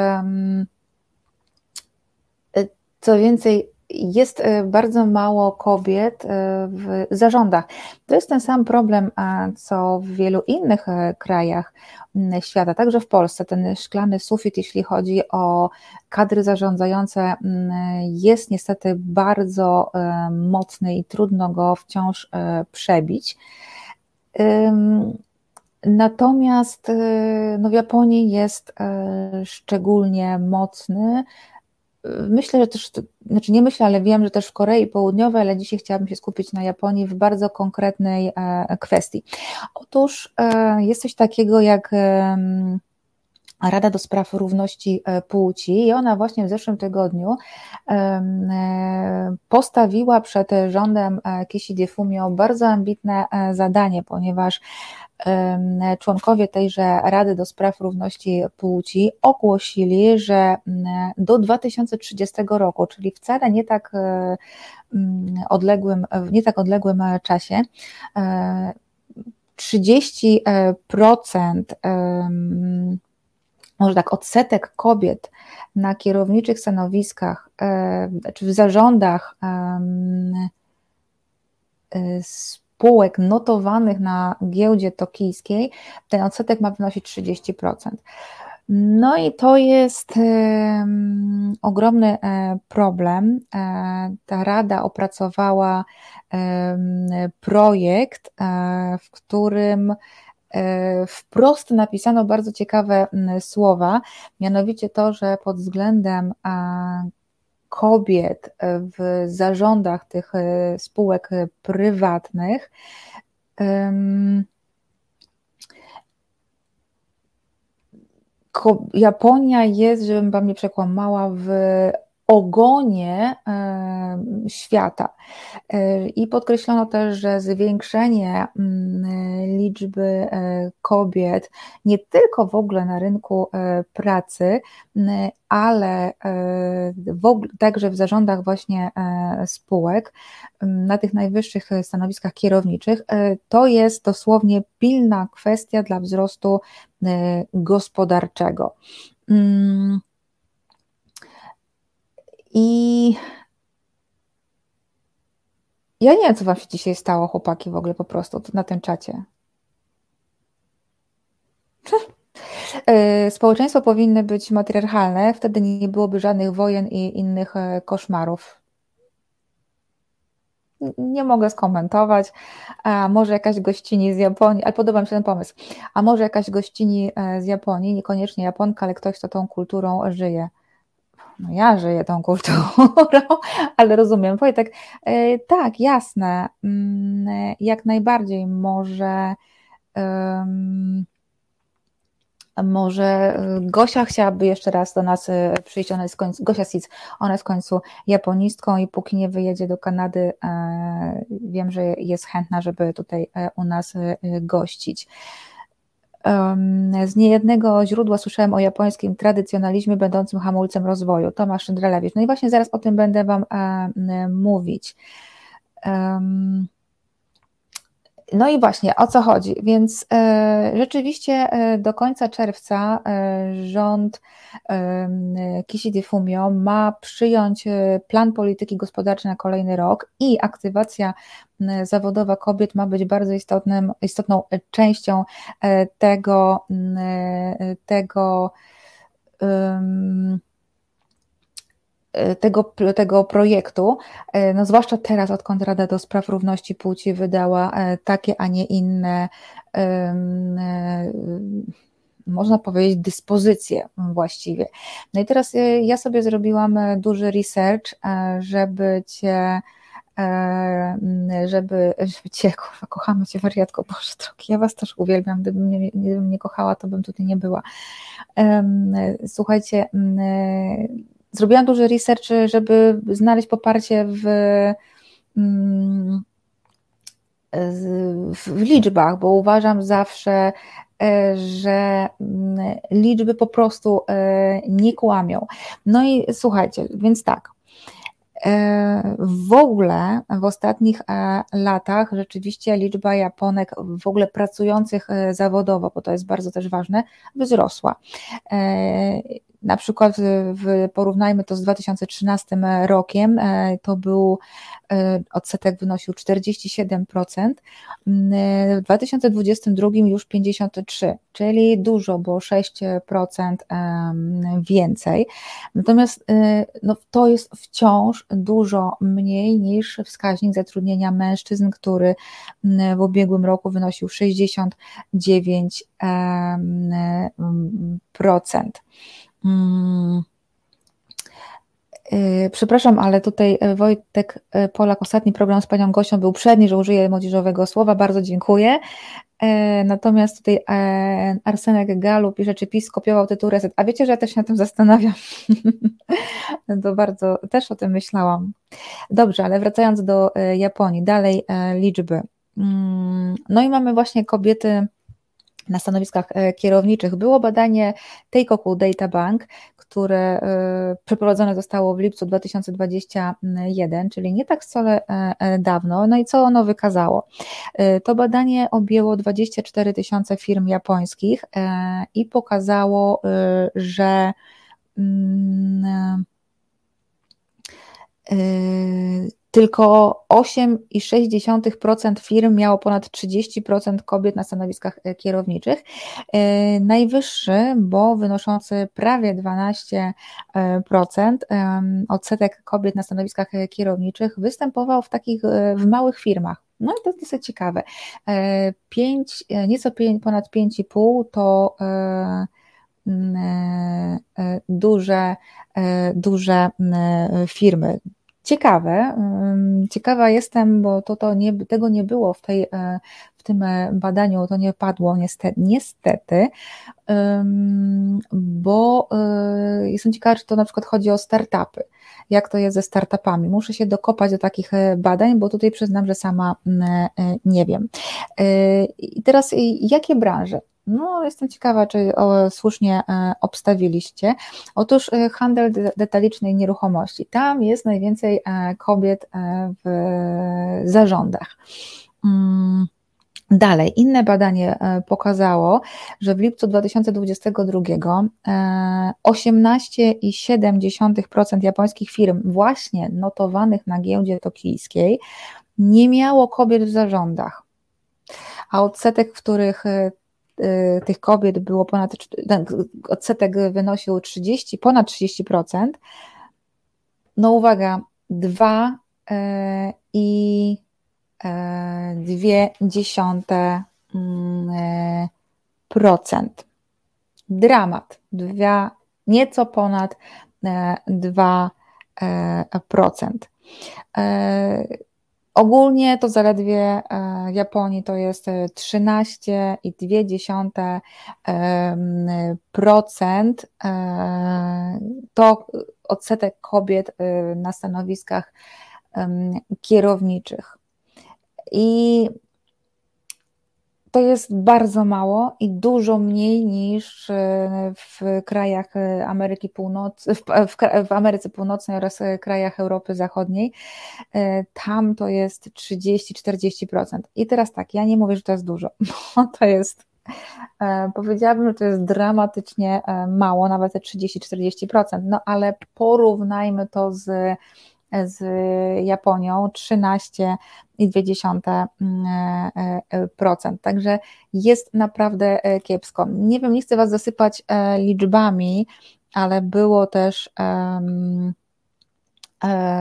co więcej, jest bardzo mało kobiet w zarządach. To jest ten sam problem, co w wielu innych krajach świata, także w Polsce. Ten szklany sufit, jeśli chodzi o kadry zarządzające, jest niestety bardzo mocny i trudno go wciąż przebić. Natomiast no, w Japonii jest szczególnie mocny. Myślę, że też, znaczy nie myślę, ale wiem, że też w Korei Południowej, ale dzisiaj chciałabym się skupić na Japonii w bardzo konkretnej kwestii. Otóż jest coś takiego jak Rada do Spraw Równości Płci i ona właśnie w zeszłym tygodniu postawiła przed rządem Kishida Fumio bardzo ambitne zadanie, ponieważ członkowie tejże Rady do Spraw Równości Płci ogłosili, że do dwa tysiące trzydziestego roku, czyli wcale nie tak odległym, w nie tak odległym czasie, trzydzieści procent, może tak, odsetek kobiet na kierowniczych stanowiskach, czy w zarządach spółek notowanych na giełdzie tokijskiej, ten odsetek ma wynosić trzydzieści procent. No i to jest um, ogromny um, problem. Um, ta rada opracowała um, projekt, um, w którym um, wprost napisano bardzo ciekawe um, słowa, mianowicie to, że pod względem um, kobiet w zarządach tych spółek prywatnych Japonia jest, żebym Wam nie przekłamała, w ogonie świata. I podkreślono też, że zwiększenie liczby kobiet nie tylko w ogóle na rynku pracy, ale w ogóle, także w zarządach właśnie spółek, na tych najwyższych stanowiskach kierowniczych, to jest dosłownie pilna kwestia dla wzrostu gospodarczego. I ja nie wiem, co Wam się dzisiaj stało, chłopaki, w ogóle po prostu na tym czacie. Społeczeństwo powinny być matriarchalne, wtedy nie byłoby żadnych wojen i innych koszmarów. Nie mogę skomentować, a może jakaś gościni z Japonii, ale podoba mi się ten pomysł, a może jakaś gościni z Japonii, niekoniecznie Japonka, ale ktoś, kto tą kulturą żyje. No ja żyję tą kulturą, ale rozumiem. Wojtek, tak, jasne, jak najbardziej może, może Gosia chciałaby jeszcze raz do nas przyjść, ona jest w końcu, Gosia Sic, ona jest w końcu japonistką i póki nie wyjedzie do Kanady, wiem, że jest chętna, żeby tutaj u nas gościć. Z niejednego źródła słyszałem o japońskim tradycjonalizmie będącym hamulcem rozwoju. Tomasz Szyndralewicz. No i właśnie zaraz o tym będę Wam mówić. No i właśnie, o co chodzi? Więc rzeczywiście do końca czerwca rząd Kishida Fumio ma przyjąć plan polityki gospodarczej na kolejny rok i aktywacja zawodowa kobiet ma być bardzo istotnym, istotną częścią tego, tego Tego, tego projektu, no zwłaszcza teraz, odkąd Rada do Spraw Równości Płci wydała takie, a nie inne można powiedzieć, dyspozycje właściwie. No i teraz ja sobie zrobiłam duży research, żeby Cię żeby, żeby Cię, kurwa, kochamy Cię, wariatko, Boże drogi, ja Was też uwielbiam, gdybym mnie, gdybym nie kochała, to bym tutaj nie była. Słuchajcie, zrobiłam duży research, żeby znaleźć poparcie w, w liczbach, bo uważam zawsze, że liczby po prostu nie kłamią. No i słuchajcie, więc tak, w ogóle w ostatnich latach rzeczywiście liczba Japonek w ogóle pracujących zawodowo, bo to jest bardzo też ważne, wzrosła. Na przykład w, porównajmy to z dwa tysiące trzynastym rokiem, to był odsetek wynosił czterdzieści siedem procent, w dwa tysiące dwudziestym drugim już pięćdziesiąt trzy procent, czyli dużo, bo sześć procent więcej. Natomiast no, to jest wciąż dużo mniej niż wskaźnik zatrudnienia mężczyzn, który w ubiegłym roku wynosił sześćdziesiąt dziewięć procent. Hmm. Przepraszam, ale tutaj Wojtek Polak, ostatni program z Panią Gosią był przedni, że użyję młodzieżowego słowa, bardzo dziękuję. Natomiast tutaj Arsenek Galu pisze, czy PiS skopiował tytuł Reset, a wiecie, że ja też się na tym zastanawiam, to bardzo, też o tym myślałam. Dobrze, ale wracając do Japonii, dalej liczby. No i mamy właśnie kobiety na stanowiskach kierowniczych. Było badanie Teikoku Data Bank, które przeprowadzone zostało w lipcu dwa tysiące dwudziestym pierwszym, czyli nie tak wcale dawno. No i co ono wykazało? To badanie objęło dwadzieścia cztery tysiące firm japońskich i pokazało, że tylko osiem i sześć dziesiątych procent firm miało ponad trzydzieści procent kobiet na stanowiskach kierowniczych. Najwyższy, bo wynoszący prawie dwanaście procent odsetek kobiet na stanowiskach kierowniczych występował w takich w małych firmach. No i to jest dosyć ciekawe. pięć, nieco ponad pięć i pół to duże, duże firmy. Ciekawe, ciekawa jestem, bo to, to nie, tego nie było w, tej, w tym badaniu, to nie padło niestety, niestety, bo jestem ciekawa, czy to na przykład chodzi o startupy, jak to jest ze startupami. Muszę się dokopać do takich badań, bo tutaj przyznam, że sama nie wiem. I teraz jakie branże? No, jestem ciekawa, czy o, słusznie e, obstawiliście. Otóż e, handel de, detaliczny i nieruchomości. Tam jest najwięcej e, kobiet e, w zarządach. Mm. Dalej, inne badanie e, pokazało, że w lipcu dwa tysiące dwudziestego drugiego e, osiemnaście i siedem dziesiątych procent japońskich firm właśnie notowanych na giełdzie tokijskiej nie miało kobiet w zarządach, a odsetek, w których e, tych kobiet było ponad, odsetek wynosił trzydzieści, ponad trzydzieści procent, no uwaga, dwa i dwie dziesiąte procent. Dramat, dwa, nieco ponad dwa procent. Ogólnie to zaledwie w Japonii to jest trzynaście i dwie dziesiąte procent to odsetek kobiet na stanowiskach kierowniczych. I to jest bardzo mało i dużo mniej niż w krajach Ameryki Północnej, w, w Ameryce Północnej oraz krajach Europy Zachodniej. Tam to jest trzydzieści do czterdziestu procent. I teraz tak, ja nie mówię, że to jest dużo, bo to jest, powiedziałabym, że to jest dramatycznie mało, nawet te trzydzieści do czterdziestu procent, no ale porównajmy to z z Japonią trzynaście i dwie dziesiąte procent. Także jest naprawdę kiepsko. Nie wiem, nie chcę Was zasypać liczbami, ale było też um,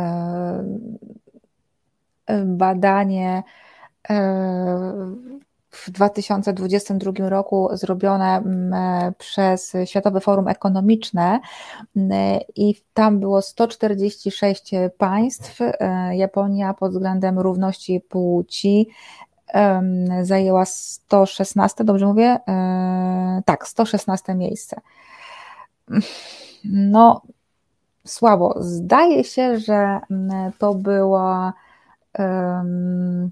um, badanie um, w dwa tysiące dwudziestym drugim roku zrobione przez Światowe Forum Ekonomiczne i tam było sto czterdzieści sześć państw. Japonia pod względem równości płci zajęła sto szesnaste, dobrze mówię? Tak, sto szesnaste miejsce. No, słabo. Zdaje się, że to była um,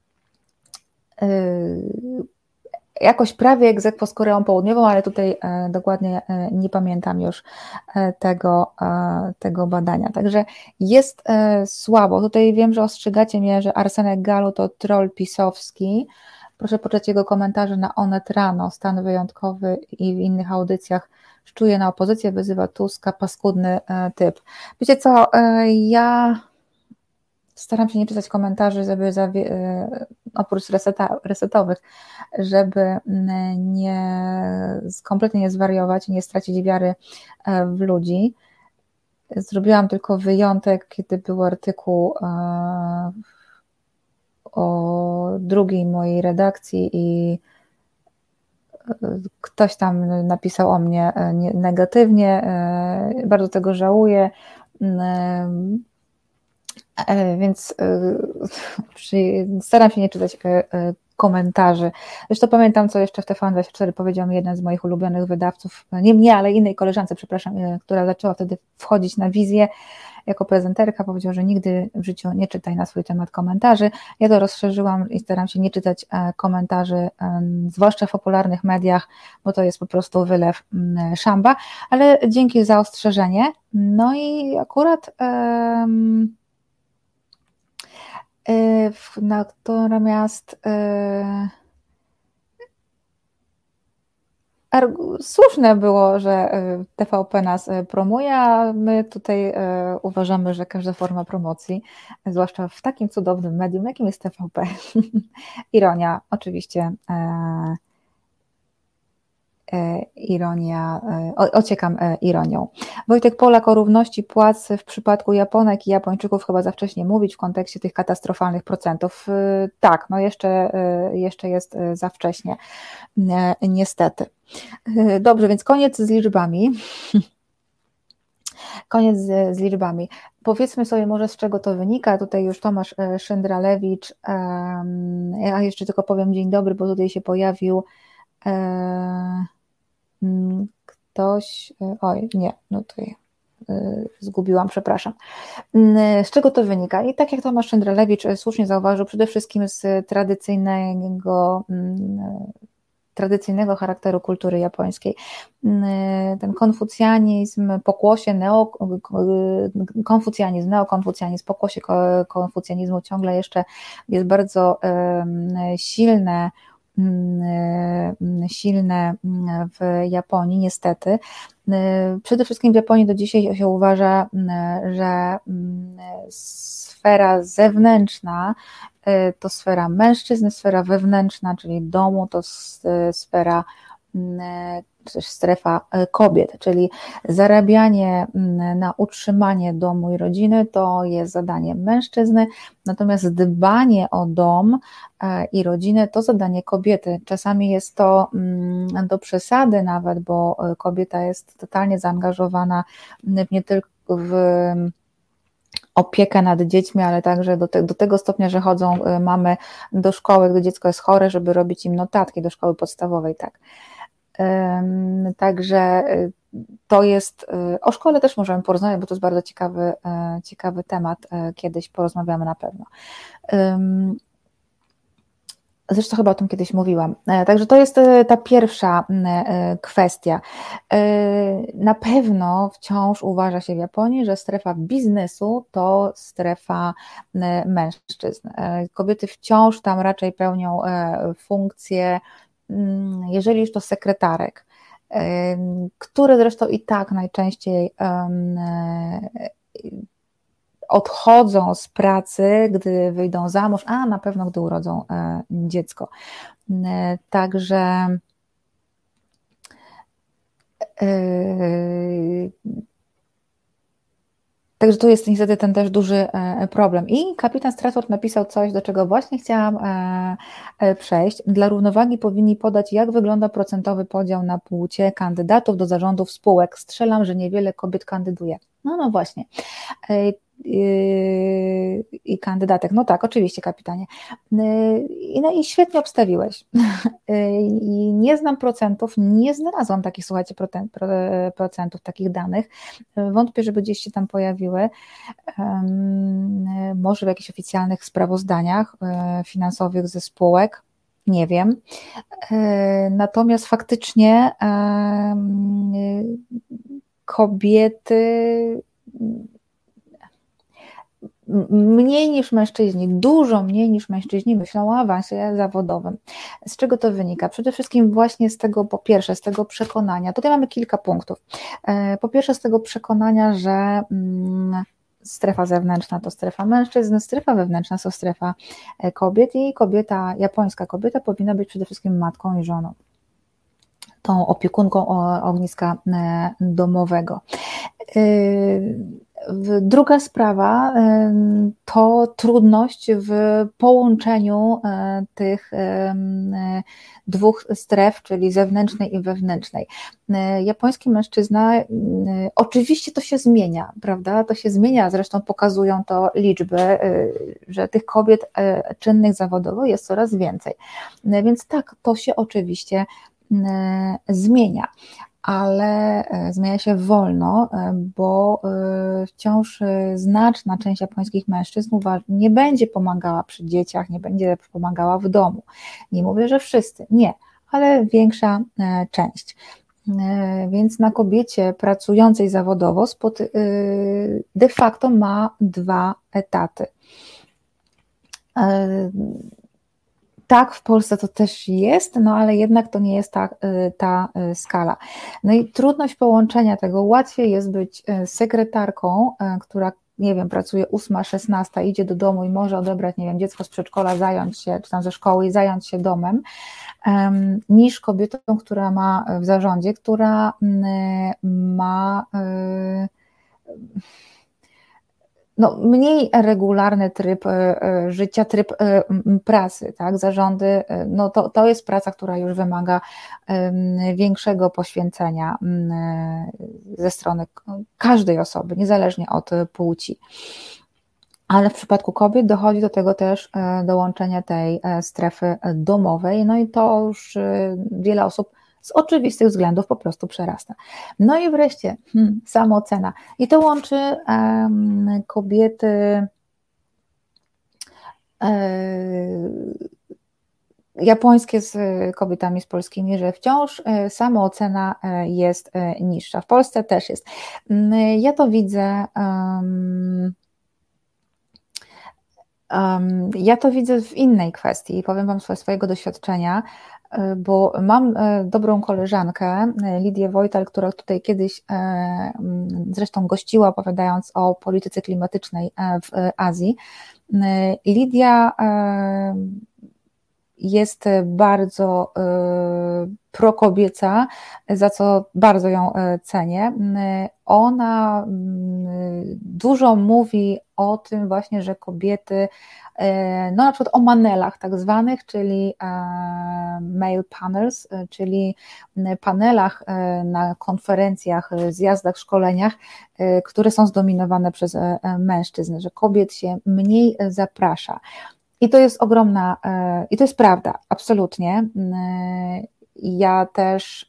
y, jakoś prawie ex aequo z Koreą Południową, ale tutaj e, dokładnie e, nie pamiętam już e, tego, e, tego badania. Także jest e, słabo. Tutaj wiem, że ostrzegacie mnie, że Arsenek Galu to troll pisowski. Proszę poczytać jego komentarze na Onet Rano, stan wyjątkowy i w innych audycjach. Szczuje na opozycję, wyzywa Tuska, paskudny e, typ. Wiecie co, e, ja staram się nie czytać komentarzy, żeby zawie- oprócz reseta, resetowych, żeby nie, kompletnie nie zwariować i nie stracić wiary w ludzi. Zrobiłam tylko wyjątek, kiedy był artykuł o drugiej mojej redakcji i ktoś tam napisał o mnie negatywnie, bardzo tego żałuję, więc staram się nie czytać komentarzy. Zresztą pamiętam, co jeszcze w T V N dwadzieścia cztery powiedział mi jeden z moich ulubionych wydawców, nie mnie, ale innej koleżance, przepraszam, która zaczęła wtedy wchodzić na wizję jako prezenterka, powiedział, że nigdy w życiu nie czytaj na swój temat komentarzy. Ja to rozszerzyłam i staram się nie czytać komentarzy, zwłaszcza w popularnych mediach, bo to jest po prostu wylew szamba, ale dzięki za ostrzeżenie. No i akurat um, natomiast słuszne było, że T V P nas promuje, a my tutaj uważamy, że każda forma promocji, zwłaszcza w takim cudownym medium, jakim jest T V P, ironia, oczywiście, ironia, ociekam ironią. Wojtek Polak o równości płac w przypadku Japonek i Japończyków chyba za wcześnie mówić w kontekście tych katastrofalnych procentów. Tak, no jeszcze, jeszcze jest za wcześnie, niestety. Dobrze, więc koniec z liczbami. Koniec z, z liczbami. Powiedzmy sobie może, z czego to wynika. Tutaj już Tomasz Szyndralewicz, ja jeszcze tylko powiem dzień dobry, bo tutaj się pojawił ktoś, oj nie, no tutaj zgubiłam, przepraszam. Z czego to wynika? I tak jak Tomasz Szyndralewicz słusznie zauważył, przede wszystkim z tradycyjnego tradycyjnego charakteru kultury japońskiej. Ten konfucjanizm, pokłosie neo, konfucjanizm, neokonfucjanizm, pokłosie konfucjanizmu ciągle jeszcze jest bardzo silne, silne w Japonii, niestety. Przede wszystkim w Japonii do dzisiaj się uważa, że sfera zewnętrzna to sfera mężczyzn, sfera wewnętrzna, czyli domu, to sfera, też strefa kobiet, czyli zarabianie na utrzymanie domu i rodziny to jest zadanie mężczyzny, natomiast dbanie o dom i rodzinę to zadanie kobiety. Czasami jest to do przesady nawet, bo kobieta jest totalnie zaangażowana w nie tylko w opiekę nad dziećmi, ale także do, te, do tego stopnia, że chodzą mamy do szkoły, gdy dziecko jest chore, żeby robić im notatki do szkoły podstawowej, tak. Także to jest, o szkole też możemy porozmawiać, bo to jest bardzo ciekawy, ciekawy temat, kiedyś porozmawiamy na pewno. Zresztą chyba o tym kiedyś mówiłam. Także to jest ta pierwsza kwestia. Na pewno wciąż uważa się w Japonii, że strefa biznesu to strefa mężczyzn. Kobiety wciąż tam raczej pełnią funkcje, jeżeli już to sekretarek, które zresztą i tak najczęściej odchodzą z pracy, gdy wyjdą za mąż, a na pewno gdy urodzą dziecko. Także Także tu jest niestety ten też duży problem. I kapitan Stratford napisał coś, do czego właśnie chciałam przejść. Dla równowagi powinni podać, jak wygląda procentowy podział na płcie kandydatów do zarządów spółek. Strzelam, że niewiele kobiet kandyduje. No, no właśnie. I kandydatek. No tak, oczywiście, kapitanie. No i świetnie obstawiłeś. I nie znam procentów, nie znalazłam takich, słuchajcie, procentów, takich danych. Wątpię, żeby gdzieś się tam pojawiły. Może w jakichś oficjalnych sprawozdaniach finansowych ze spółek. Nie wiem. Natomiast faktycznie kobiety mniej niż mężczyźni, dużo mniej niż mężczyźni myślą o awansie zawodowym. Z czego to wynika? Przede wszystkim właśnie z tego, po pierwsze, z tego przekonania, tutaj mamy kilka punktów. Po pierwsze z tego przekonania, że strefa zewnętrzna to strefa mężczyzn, strefa wewnętrzna to strefa kobiet i kobieta, japońska kobieta powinna być przede wszystkim matką i żoną, tą opiekunką ogniska domowego. Druga sprawa to trudność w połączeniu tych dwóch stref, czyli zewnętrznej i wewnętrznej. Japoński mężczyzna, oczywiście to się zmienia, prawda? To się zmienia, zresztą pokazują to liczby, że tych kobiet czynnych zawodowo jest coraz więcej. Więc tak, to się oczywiście zmienia. Ale zmienia się wolno, bo wciąż znaczna część japońskich mężczyzn nie będzie pomagała przy dzieciach, nie będzie pomagała w domu. Nie mówię, że wszyscy, nie, ale większa część. Więc na kobiecie pracującej zawodowo de facto ma dwa etaty. Tak, w Polsce to też jest, no ale jednak to nie jest ta, ta skala. No i trudność połączenia tego, łatwiej jest być sekretarką, która, nie wiem, pracuje ósma, szesnasta, idzie do domu i może odebrać, nie wiem, dziecko z przedszkola, zająć się, czy tam ze szkoły i zająć się domem, niż kobietą, która ma w zarządzie, która ma no, mniej regularny tryb życia, tryb pracy, tak, zarządy, no to, to jest praca, która już wymaga większego poświęcenia ze strony każdej osoby, niezależnie od płci. Ale w przypadku kobiet dochodzi do tego też dołączenia tej strefy domowej, no i to już wiele osób z oczywistych względów po prostu przerasta. No i wreszcie hmm, samoocena. I to łączy um, kobiety um, japońskie z kobietami z polskimi, że wciąż samoocena jest niższa. W Polsce też jest. Ja to widzę um, um, ja to widzę w innej kwestii. Powiem Wam ze swojego doświadczenia, bo mam dobrą koleżankę, Lidię Wojtal, która tutaj kiedyś zresztą gościła, opowiadając o polityce klimatycznej w Azji. Lidia jest bardzo prokobieca, za co bardzo ją cenię. Ona dużo mówi o tym właśnie, że kobiety, no na przykład o manelach tak zwanych, czyli male panels, czyli panelach na konferencjach, zjazdach, szkoleniach, które są zdominowane przez mężczyzn, że kobiet się mniej zaprasza. I to jest ogromna, i to jest prawda, absolutnie. Ja też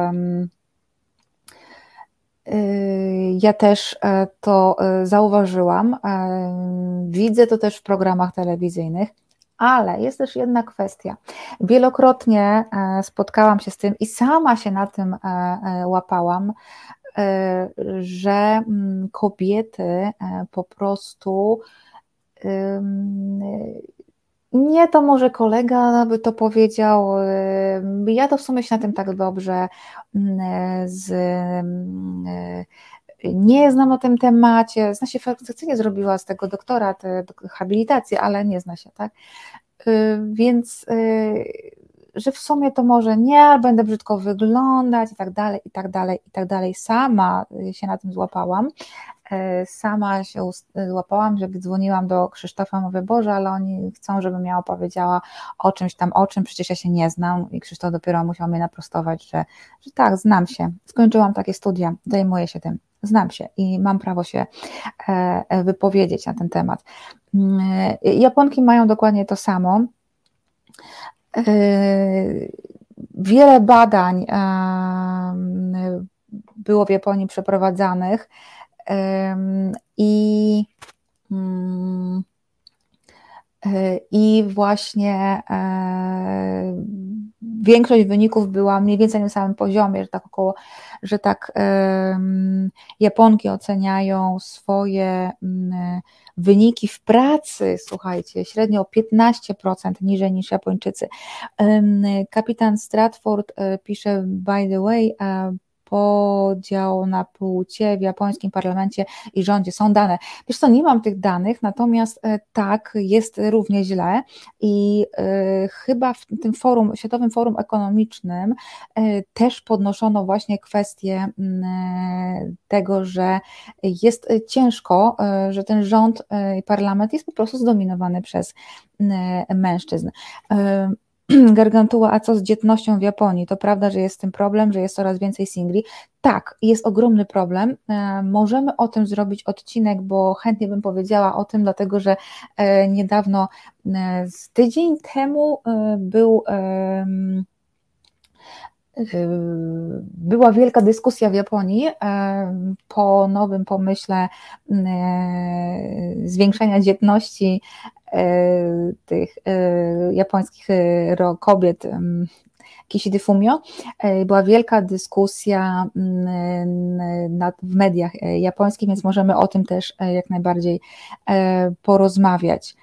Ja też to zauważyłam, widzę to też w programach telewizyjnych, ale jest też jedna kwestia. Wielokrotnie spotkałam się z tym i sama się na tym łapałam, że kobiety po prostu, nie, to może kolega by to powiedział, ja to w sumie się na tym tak dobrze z, nie znam o tym temacie, zna się faktycznie, zrobiła z tego doktorat, habilitację, ale nie zna się, tak? Więc, że w sumie to może nie, będę brzydko wyglądać i tak dalej, i tak dalej, i tak dalej. Sama się na tym złapałam sama się złapałam, że dzwoniłam do Krzysztofa, mówię, Boże, ale oni chcą, żebym ja opowiedziała o czymś tam, o czym przecież ja się nie znam i Krzysztof dopiero musiał mnie naprostować, że, że tak, znam się, skończyłam takie studia, zajmuję się tym, znam się i mam prawo się wypowiedzieć na ten temat. Japonki mają dokładnie to samo. Wiele badań było w Japonii przeprowadzanych i, i właśnie większość wyników była mniej więcej na tym samym poziomie, że tak około, że tak Japonki oceniają swoje wyniki w pracy, słuchajcie, średnio o piętnaście procent niżej niż Japończycy. Kapitan Stratford pisze, by the way, podział na płcie w japońskim parlamencie i rządzie są dane. Wiesz co, nie mam tych danych, natomiast tak, jest równie źle i chyba w tym forum, Światowym Forum Ekonomicznym też podnoszono właśnie kwestię tego, że jest ciężko, że ten rząd i parlament jest po prostu zdominowany przez mężczyzn. Gargantua, a co z dzietnością w Japonii? To prawda, że jest z tym problem, że jest coraz więcej singli? Tak, jest ogromny problem. Możemy o tym zrobić odcinek, bo chętnie bym powiedziała o tym, dlatego że niedawno, z tydzień temu był była wielka dyskusja w Japonii po nowym pomyśle zwiększania dzietności tych japońskich kobiet, Kishidi Fumio. Była wielka dyskusja w mediach japońskich, więc możemy o tym też jak najbardziej porozmawiać.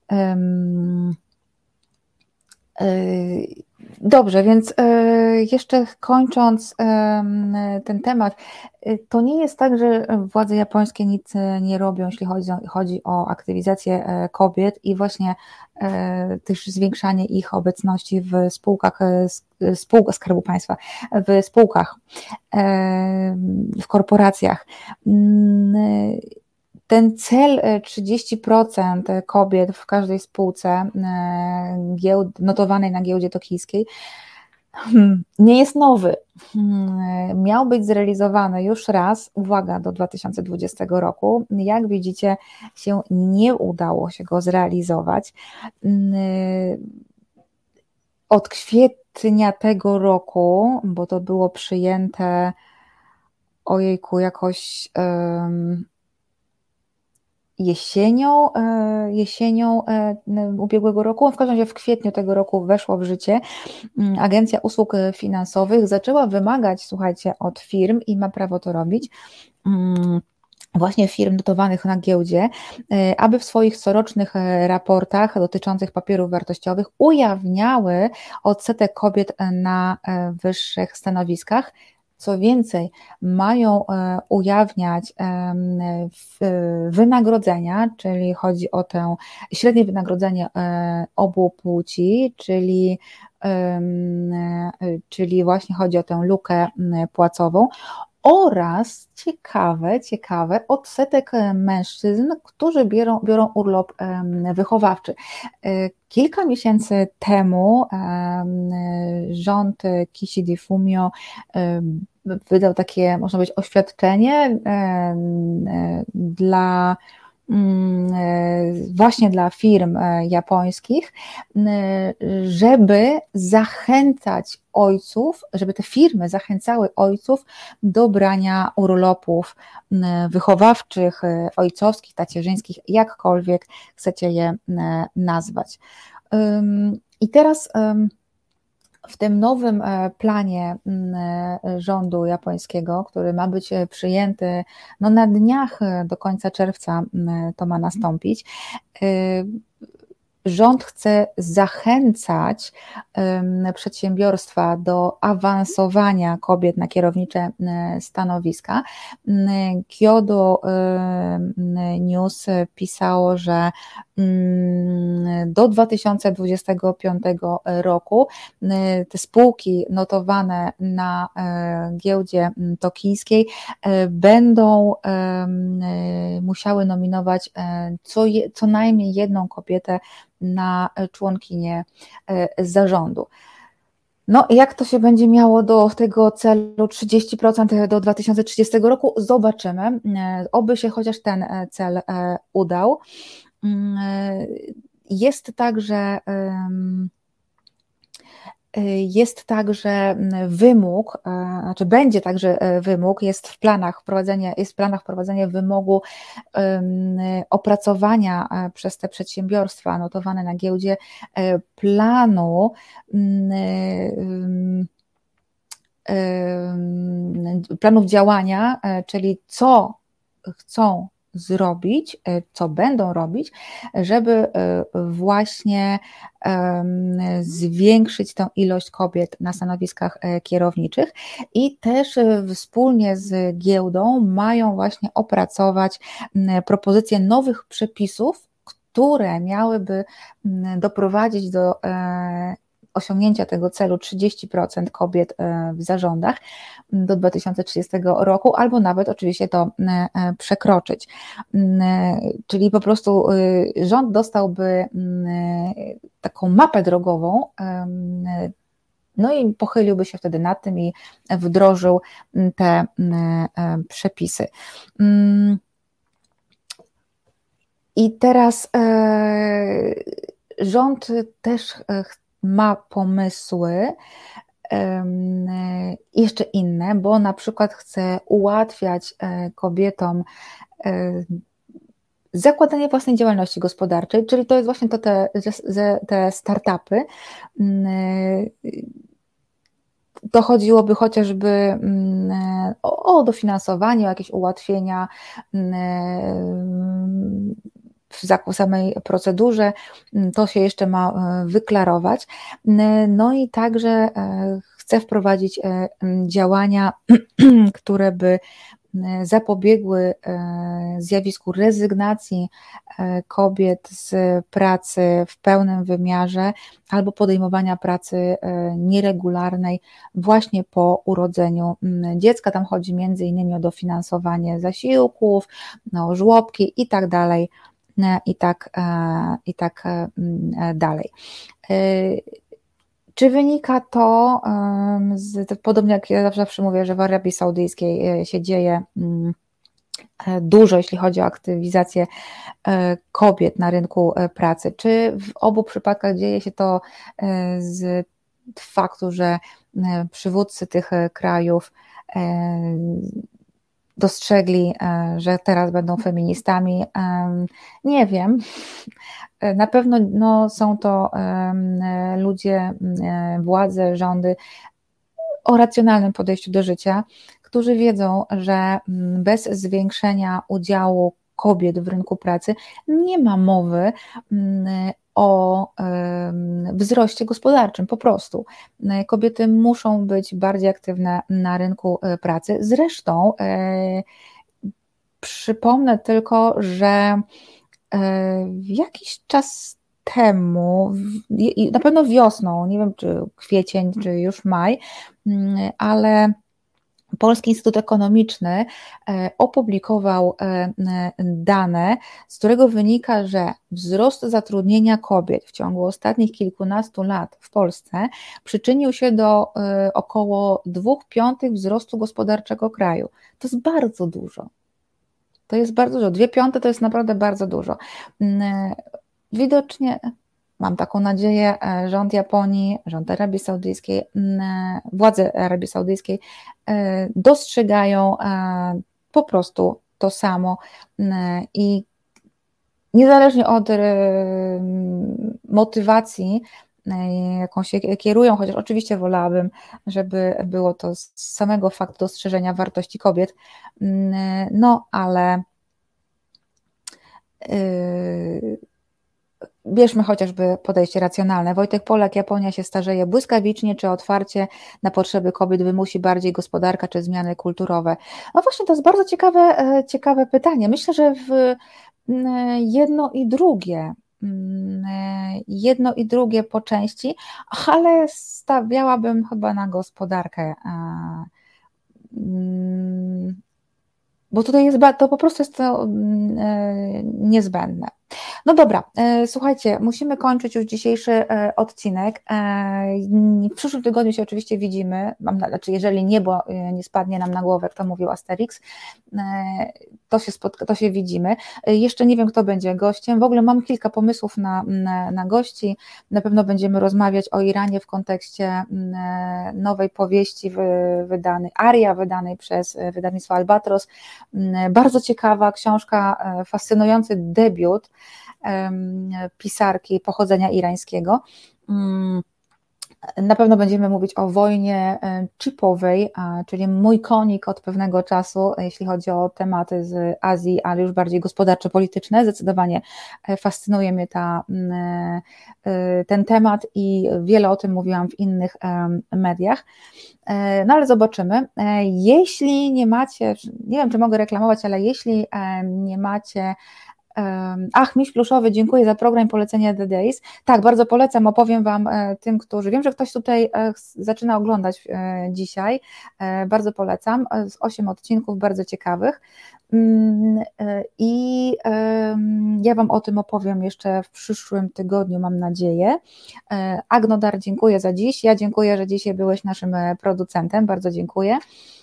Dobrze, więc jeszcze kończąc ten temat, to nie jest tak, że władze japońskie nic nie robią, jeśli chodzi, chodzi o aktywizację kobiet i właśnie też zwiększanie ich obecności w spółkach, spółkach Skarbu Państwa, w spółkach, w korporacjach. Ten cel trzydzieści procent kobiet w każdej spółce notowanej na giełdzie tokijskiej nie jest nowy. Miał być zrealizowany już raz, uwaga, do dwa tysiące dwudziestego roku. Jak widzicie, się nie udało się go zrealizować. Od kwietnia tego roku, bo to było przyjęte, ojejku, jakoś um, jesienią, jesienią ubiegłego roku, w każdym razie w kwietniu tego roku weszło w życie, Agencja Usług Finansowych zaczęła wymagać, słuchajcie, od firm i ma prawo to robić, właśnie firm notowanych na giełdzie, aby w swoich corocznych raportach dotyczących papierów wartościowych ujawniały odsetek kobiet na wyższych stanowiskach. Co więcej, mają ujawniać wynagrodzenia, czyli chodzi o tę średnie wynagrodzenie obu płci, czyli, czyli właśnie chodzi o tę lukę płacową, oraz ciekawe, ciekawe odsetek mężczyzn, którzy biorą, biorą urlop wychowawczy. Kilka miesięcy temu rząd Kishidi Fumio wydał takie, można powiedzieć, oświadczenie dla właśnie dla firm japońskich, żeby zachęcać ojców, żeby te firmy zachęcały ojców do brania urlopów wychowawczych, ojcowskich, tacierzyńskich, jakkolwiek chcecie je nazwać. I teraz w tym nowym planie rządu japońskiego, który ma być przyjęty, no na dniach do końca czerwca to ma nastąpić, rząd chce zachęcać przedsiębiorstwa do awansowania kobiet na kierownicze stanowiska. Kyodo News pisało, że do dwa tysiące dwudziestego piątego roku te spółki notowane na giełdzie tokijskiej będą musiały nominować co, je, co najmniej jedną kobietę na członkinię zarządu. No i jak to się będzie miało do tego celu trzydzieści procent do dwa tysiące trzydziestego roku? Zobaczymy. Oby się chociaż ten cel udał. Jest także Jest także wymóg, znaczy będzie także wymóg, jest w planach wprowadzenie, jest w planach wprowadzenie wymogu opracowania przez te przedsiębiorstwa notowane na giełdzie planu planów działania, czyli co chcą zrobić, co będą robić, żeby właśnie zwiększyć tę ilość kobiet na stanowiskach kierowniczych i też wspólnie z giełdą mają właśnie opracować propozycje nowych przepisów, które miałyby doprowadzić do osiągnięcia tego celu trzydzieści procent kobiet w zarządach do dwa tysiące trzydziestego roku, albo nawet oczywiście to przekroczyć. Czyli po prostu rząd dostałby taką mapę drogową, no i pochyliłby się wtedy nad tym i wdrożył te przepisy. I teraz rząd też ma pomysły jeszcze inne, bo na przykład chce ułatwiać kobietom zakładanie własnej działalności gospodarczej, czyli to jest właśnie to te, te startupy. To chodziłoby chociażby o, o dofinansowanie, o jakieś ułatwienia w samej procedurze, to się jeszcze ma wyklarować. No i także chce wprowadzić działania, które by zapobiegły zjawisku rezygnacji kobiet z pracy w pełnym wymiarze albo podejmowania pracy nieregularnej właśnie po urodzeniu dziecka. Tam chodzi między innymi o dofinansowanie zasiłków, no, żłobki i tak dalej. I tak, i tak dalej. Czy wynika to, z, podobnie jak ja zawsze mówię, że w Arabii Saudyjskiej się dzieje dużo, jeśli chodzi o aktywizację kobiet na rynku pracy. Czy w obu przypadkach dzieje się to z faktu, że przywódcy tych krajów dostrzegli, że teraz będą feministami? Nie wiem. Na pewno no, są to ludzie, władze, rządy o racjonalnym podejściu do życia, którzy wiedzą, że bez zwiększenia udziału kobiet w rynku pracy nie ma mowy o wzroście gospodarczym, po prostu. Kobiety muszą być bardziej aktywne na rynku pracy. Zresztą przypomnę tylko, że jakiś czas temu, na pewno wiosną, nie wiem czy kwiecień, czy już maj, ale Polski Instytut Ekonomiczny opublikował dane, z którego wynika, że wzrost zatrudnienia kobiet w ciągu ostatnich kilkunastu lat w Polsce przyczynił się do około dwóch piątych wzrostu gospodarczego kraju. To jest bardzo dużo. To jest bardzo dużo. Dwie piąte to jest naprawdę bardzo dużo. Widocznie, mam taką nadzieję, rząd Japonii, rząd Arabii Saudyjskiej, władze Arabii Saudyjskiej dostrzegają po prostu to samo i niezależnie od motywacji, jaką się kierują, chociaż oczywiście wolałabym, żeby było to z samego faktu dostrzeżenia wartości kobiet, no ale yy, bierzmy chociażby podejście racjonalne. Wojtek Polak, Japonia się starzeje błyskawicznie, czy otwarcie na potrzeby kobiet wymusi bardziej gospodarka, czy zmiany kulturowe? No właśnie, to jest bardzo ciekawe, ciekawe pytanie. Myślę, że w jedno i drugie jedno i drugie po części, ale stawiałabym chyba na gospodarkę, bo tutaj jest, to po prostu jest to niezbędne. No dobra, słuchajcie, musimy kończyć już dzisiejszy odcinek. W przyszłym tygodniu się oczywiście widzimy, mam, znaczy jeżeli niebo nie spadnie nam na głowę, jak to mówił Asterix, to się, spotka, to się widzimy. Jeszcze nie wiem, kto będzie gościem, w ogóle mam kilka pomysłów na, na, na gości, na pewno będziemy rozmawiać o Iranie w kontekście nowej powieści wydanej, Aria wydanej przez wydawnictwo Albatros, bardzo ciekawa książka, fascynujący debiut pisarki pochodzenia irańskiego. Na pewno będziemy mówić o wojnie chipowej, czyli mój konik od pewnego czasu, jeśli chodzi o tematy z Azji, ale już bardziej gospodarczo-polityczne. Zdecydowanie fascynuje mnie ta, ten temat i wiele o tym mówiłam w innych mediach. No ale zobaczymy. Jeśli nie macie, nie wiem, czy mogę reklamować, ale jeśli nie macie Ach, miś pluszowy, dziękuję za program polecenia The Days. Tak, bardzo polecam, opowiem Wam tym, którzy, wiem, że ktoś tutaj zaczyna oglądać dzisiaj, bardzo polecam, z osiem odcinków bardzo ciekawych i ja Wam o tym opowiem jeszcze w przyszłym tygodniu, mam nadzieję. Agnodar, dziękuję za dziś, ja dziękuję, że dzisiaj byłeś naszym producentem, bardzo dziękuję.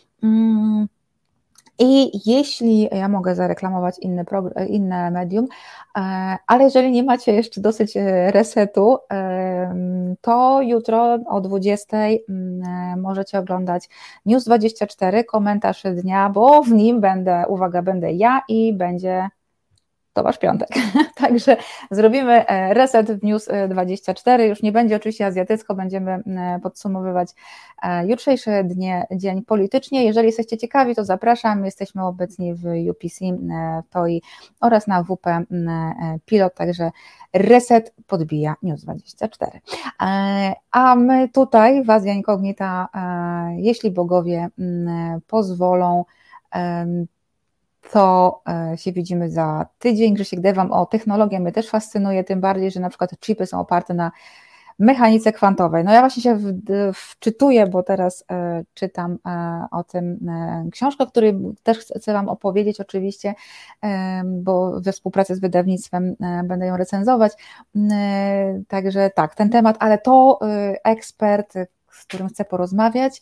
I jeśli, ja mogę zareklamować inny, progr- inne medium, ale jeżeli nie macie jeszcze dosyć resetu, to jutro o dwudziestej możecie oglądać News dwadzieścia cztery, komentarz dnia, bo w nim będę, uwaga, będę ja i będzie Tomasz Piątek. Także zrobimy reset w News dwadzieścia cztery. Już nie będzie oczywiście azjatycko, będziemy podsumowywać jutrzejszy dnie, dzień politycznie. Jeżeli jesteście ciekawi, to zapraszam. Jesteśmy obecni w U P C, T O I oraz na W P Pilot, także reset podbija News dwadzieścia cztery. A my tutaj w Azja Incognita, jeśli bogowie pozwolą, to się widzimy za tydzień. Grzesiek Dewam o technologię mnie też fascynuje, tym bardziej, że na przykład chipy są oparte na mechanice kwantowej. No ja właśnie się wczytuję, bo teraz czytam o tym książkę, o której też chcę Wam opowiedzieć oczywiście, bo we współpracy z wydawnictwem będę ją recenzować. Także tak, ten temat, ale to ekspert, z którym chcę porozmawiać,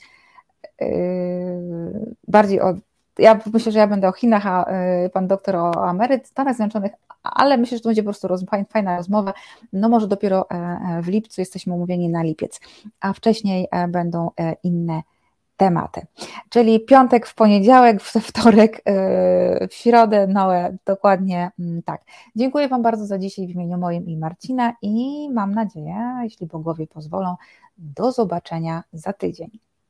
bardziej o Ja myślę, że ja będę o Chinach, a pan doktor o Ameryce, Stanach Zjednoczonych, ale myślę, że to będzie po prostu roz, fajna rozmowa. No może dopiero w lipcu, jesteśmy umówieni na lipiec, a wcześniej będą inne tematy. Czyli piątek w poniedziałek, w wtorek, w środę, Noe, dokładnie tak. Dziękuję Wam bardzo za dzisiaj w imieniu moim i Marcina i mam nadzieję, jeśli bogowie pozwolą, do zobaczenia za tydzień.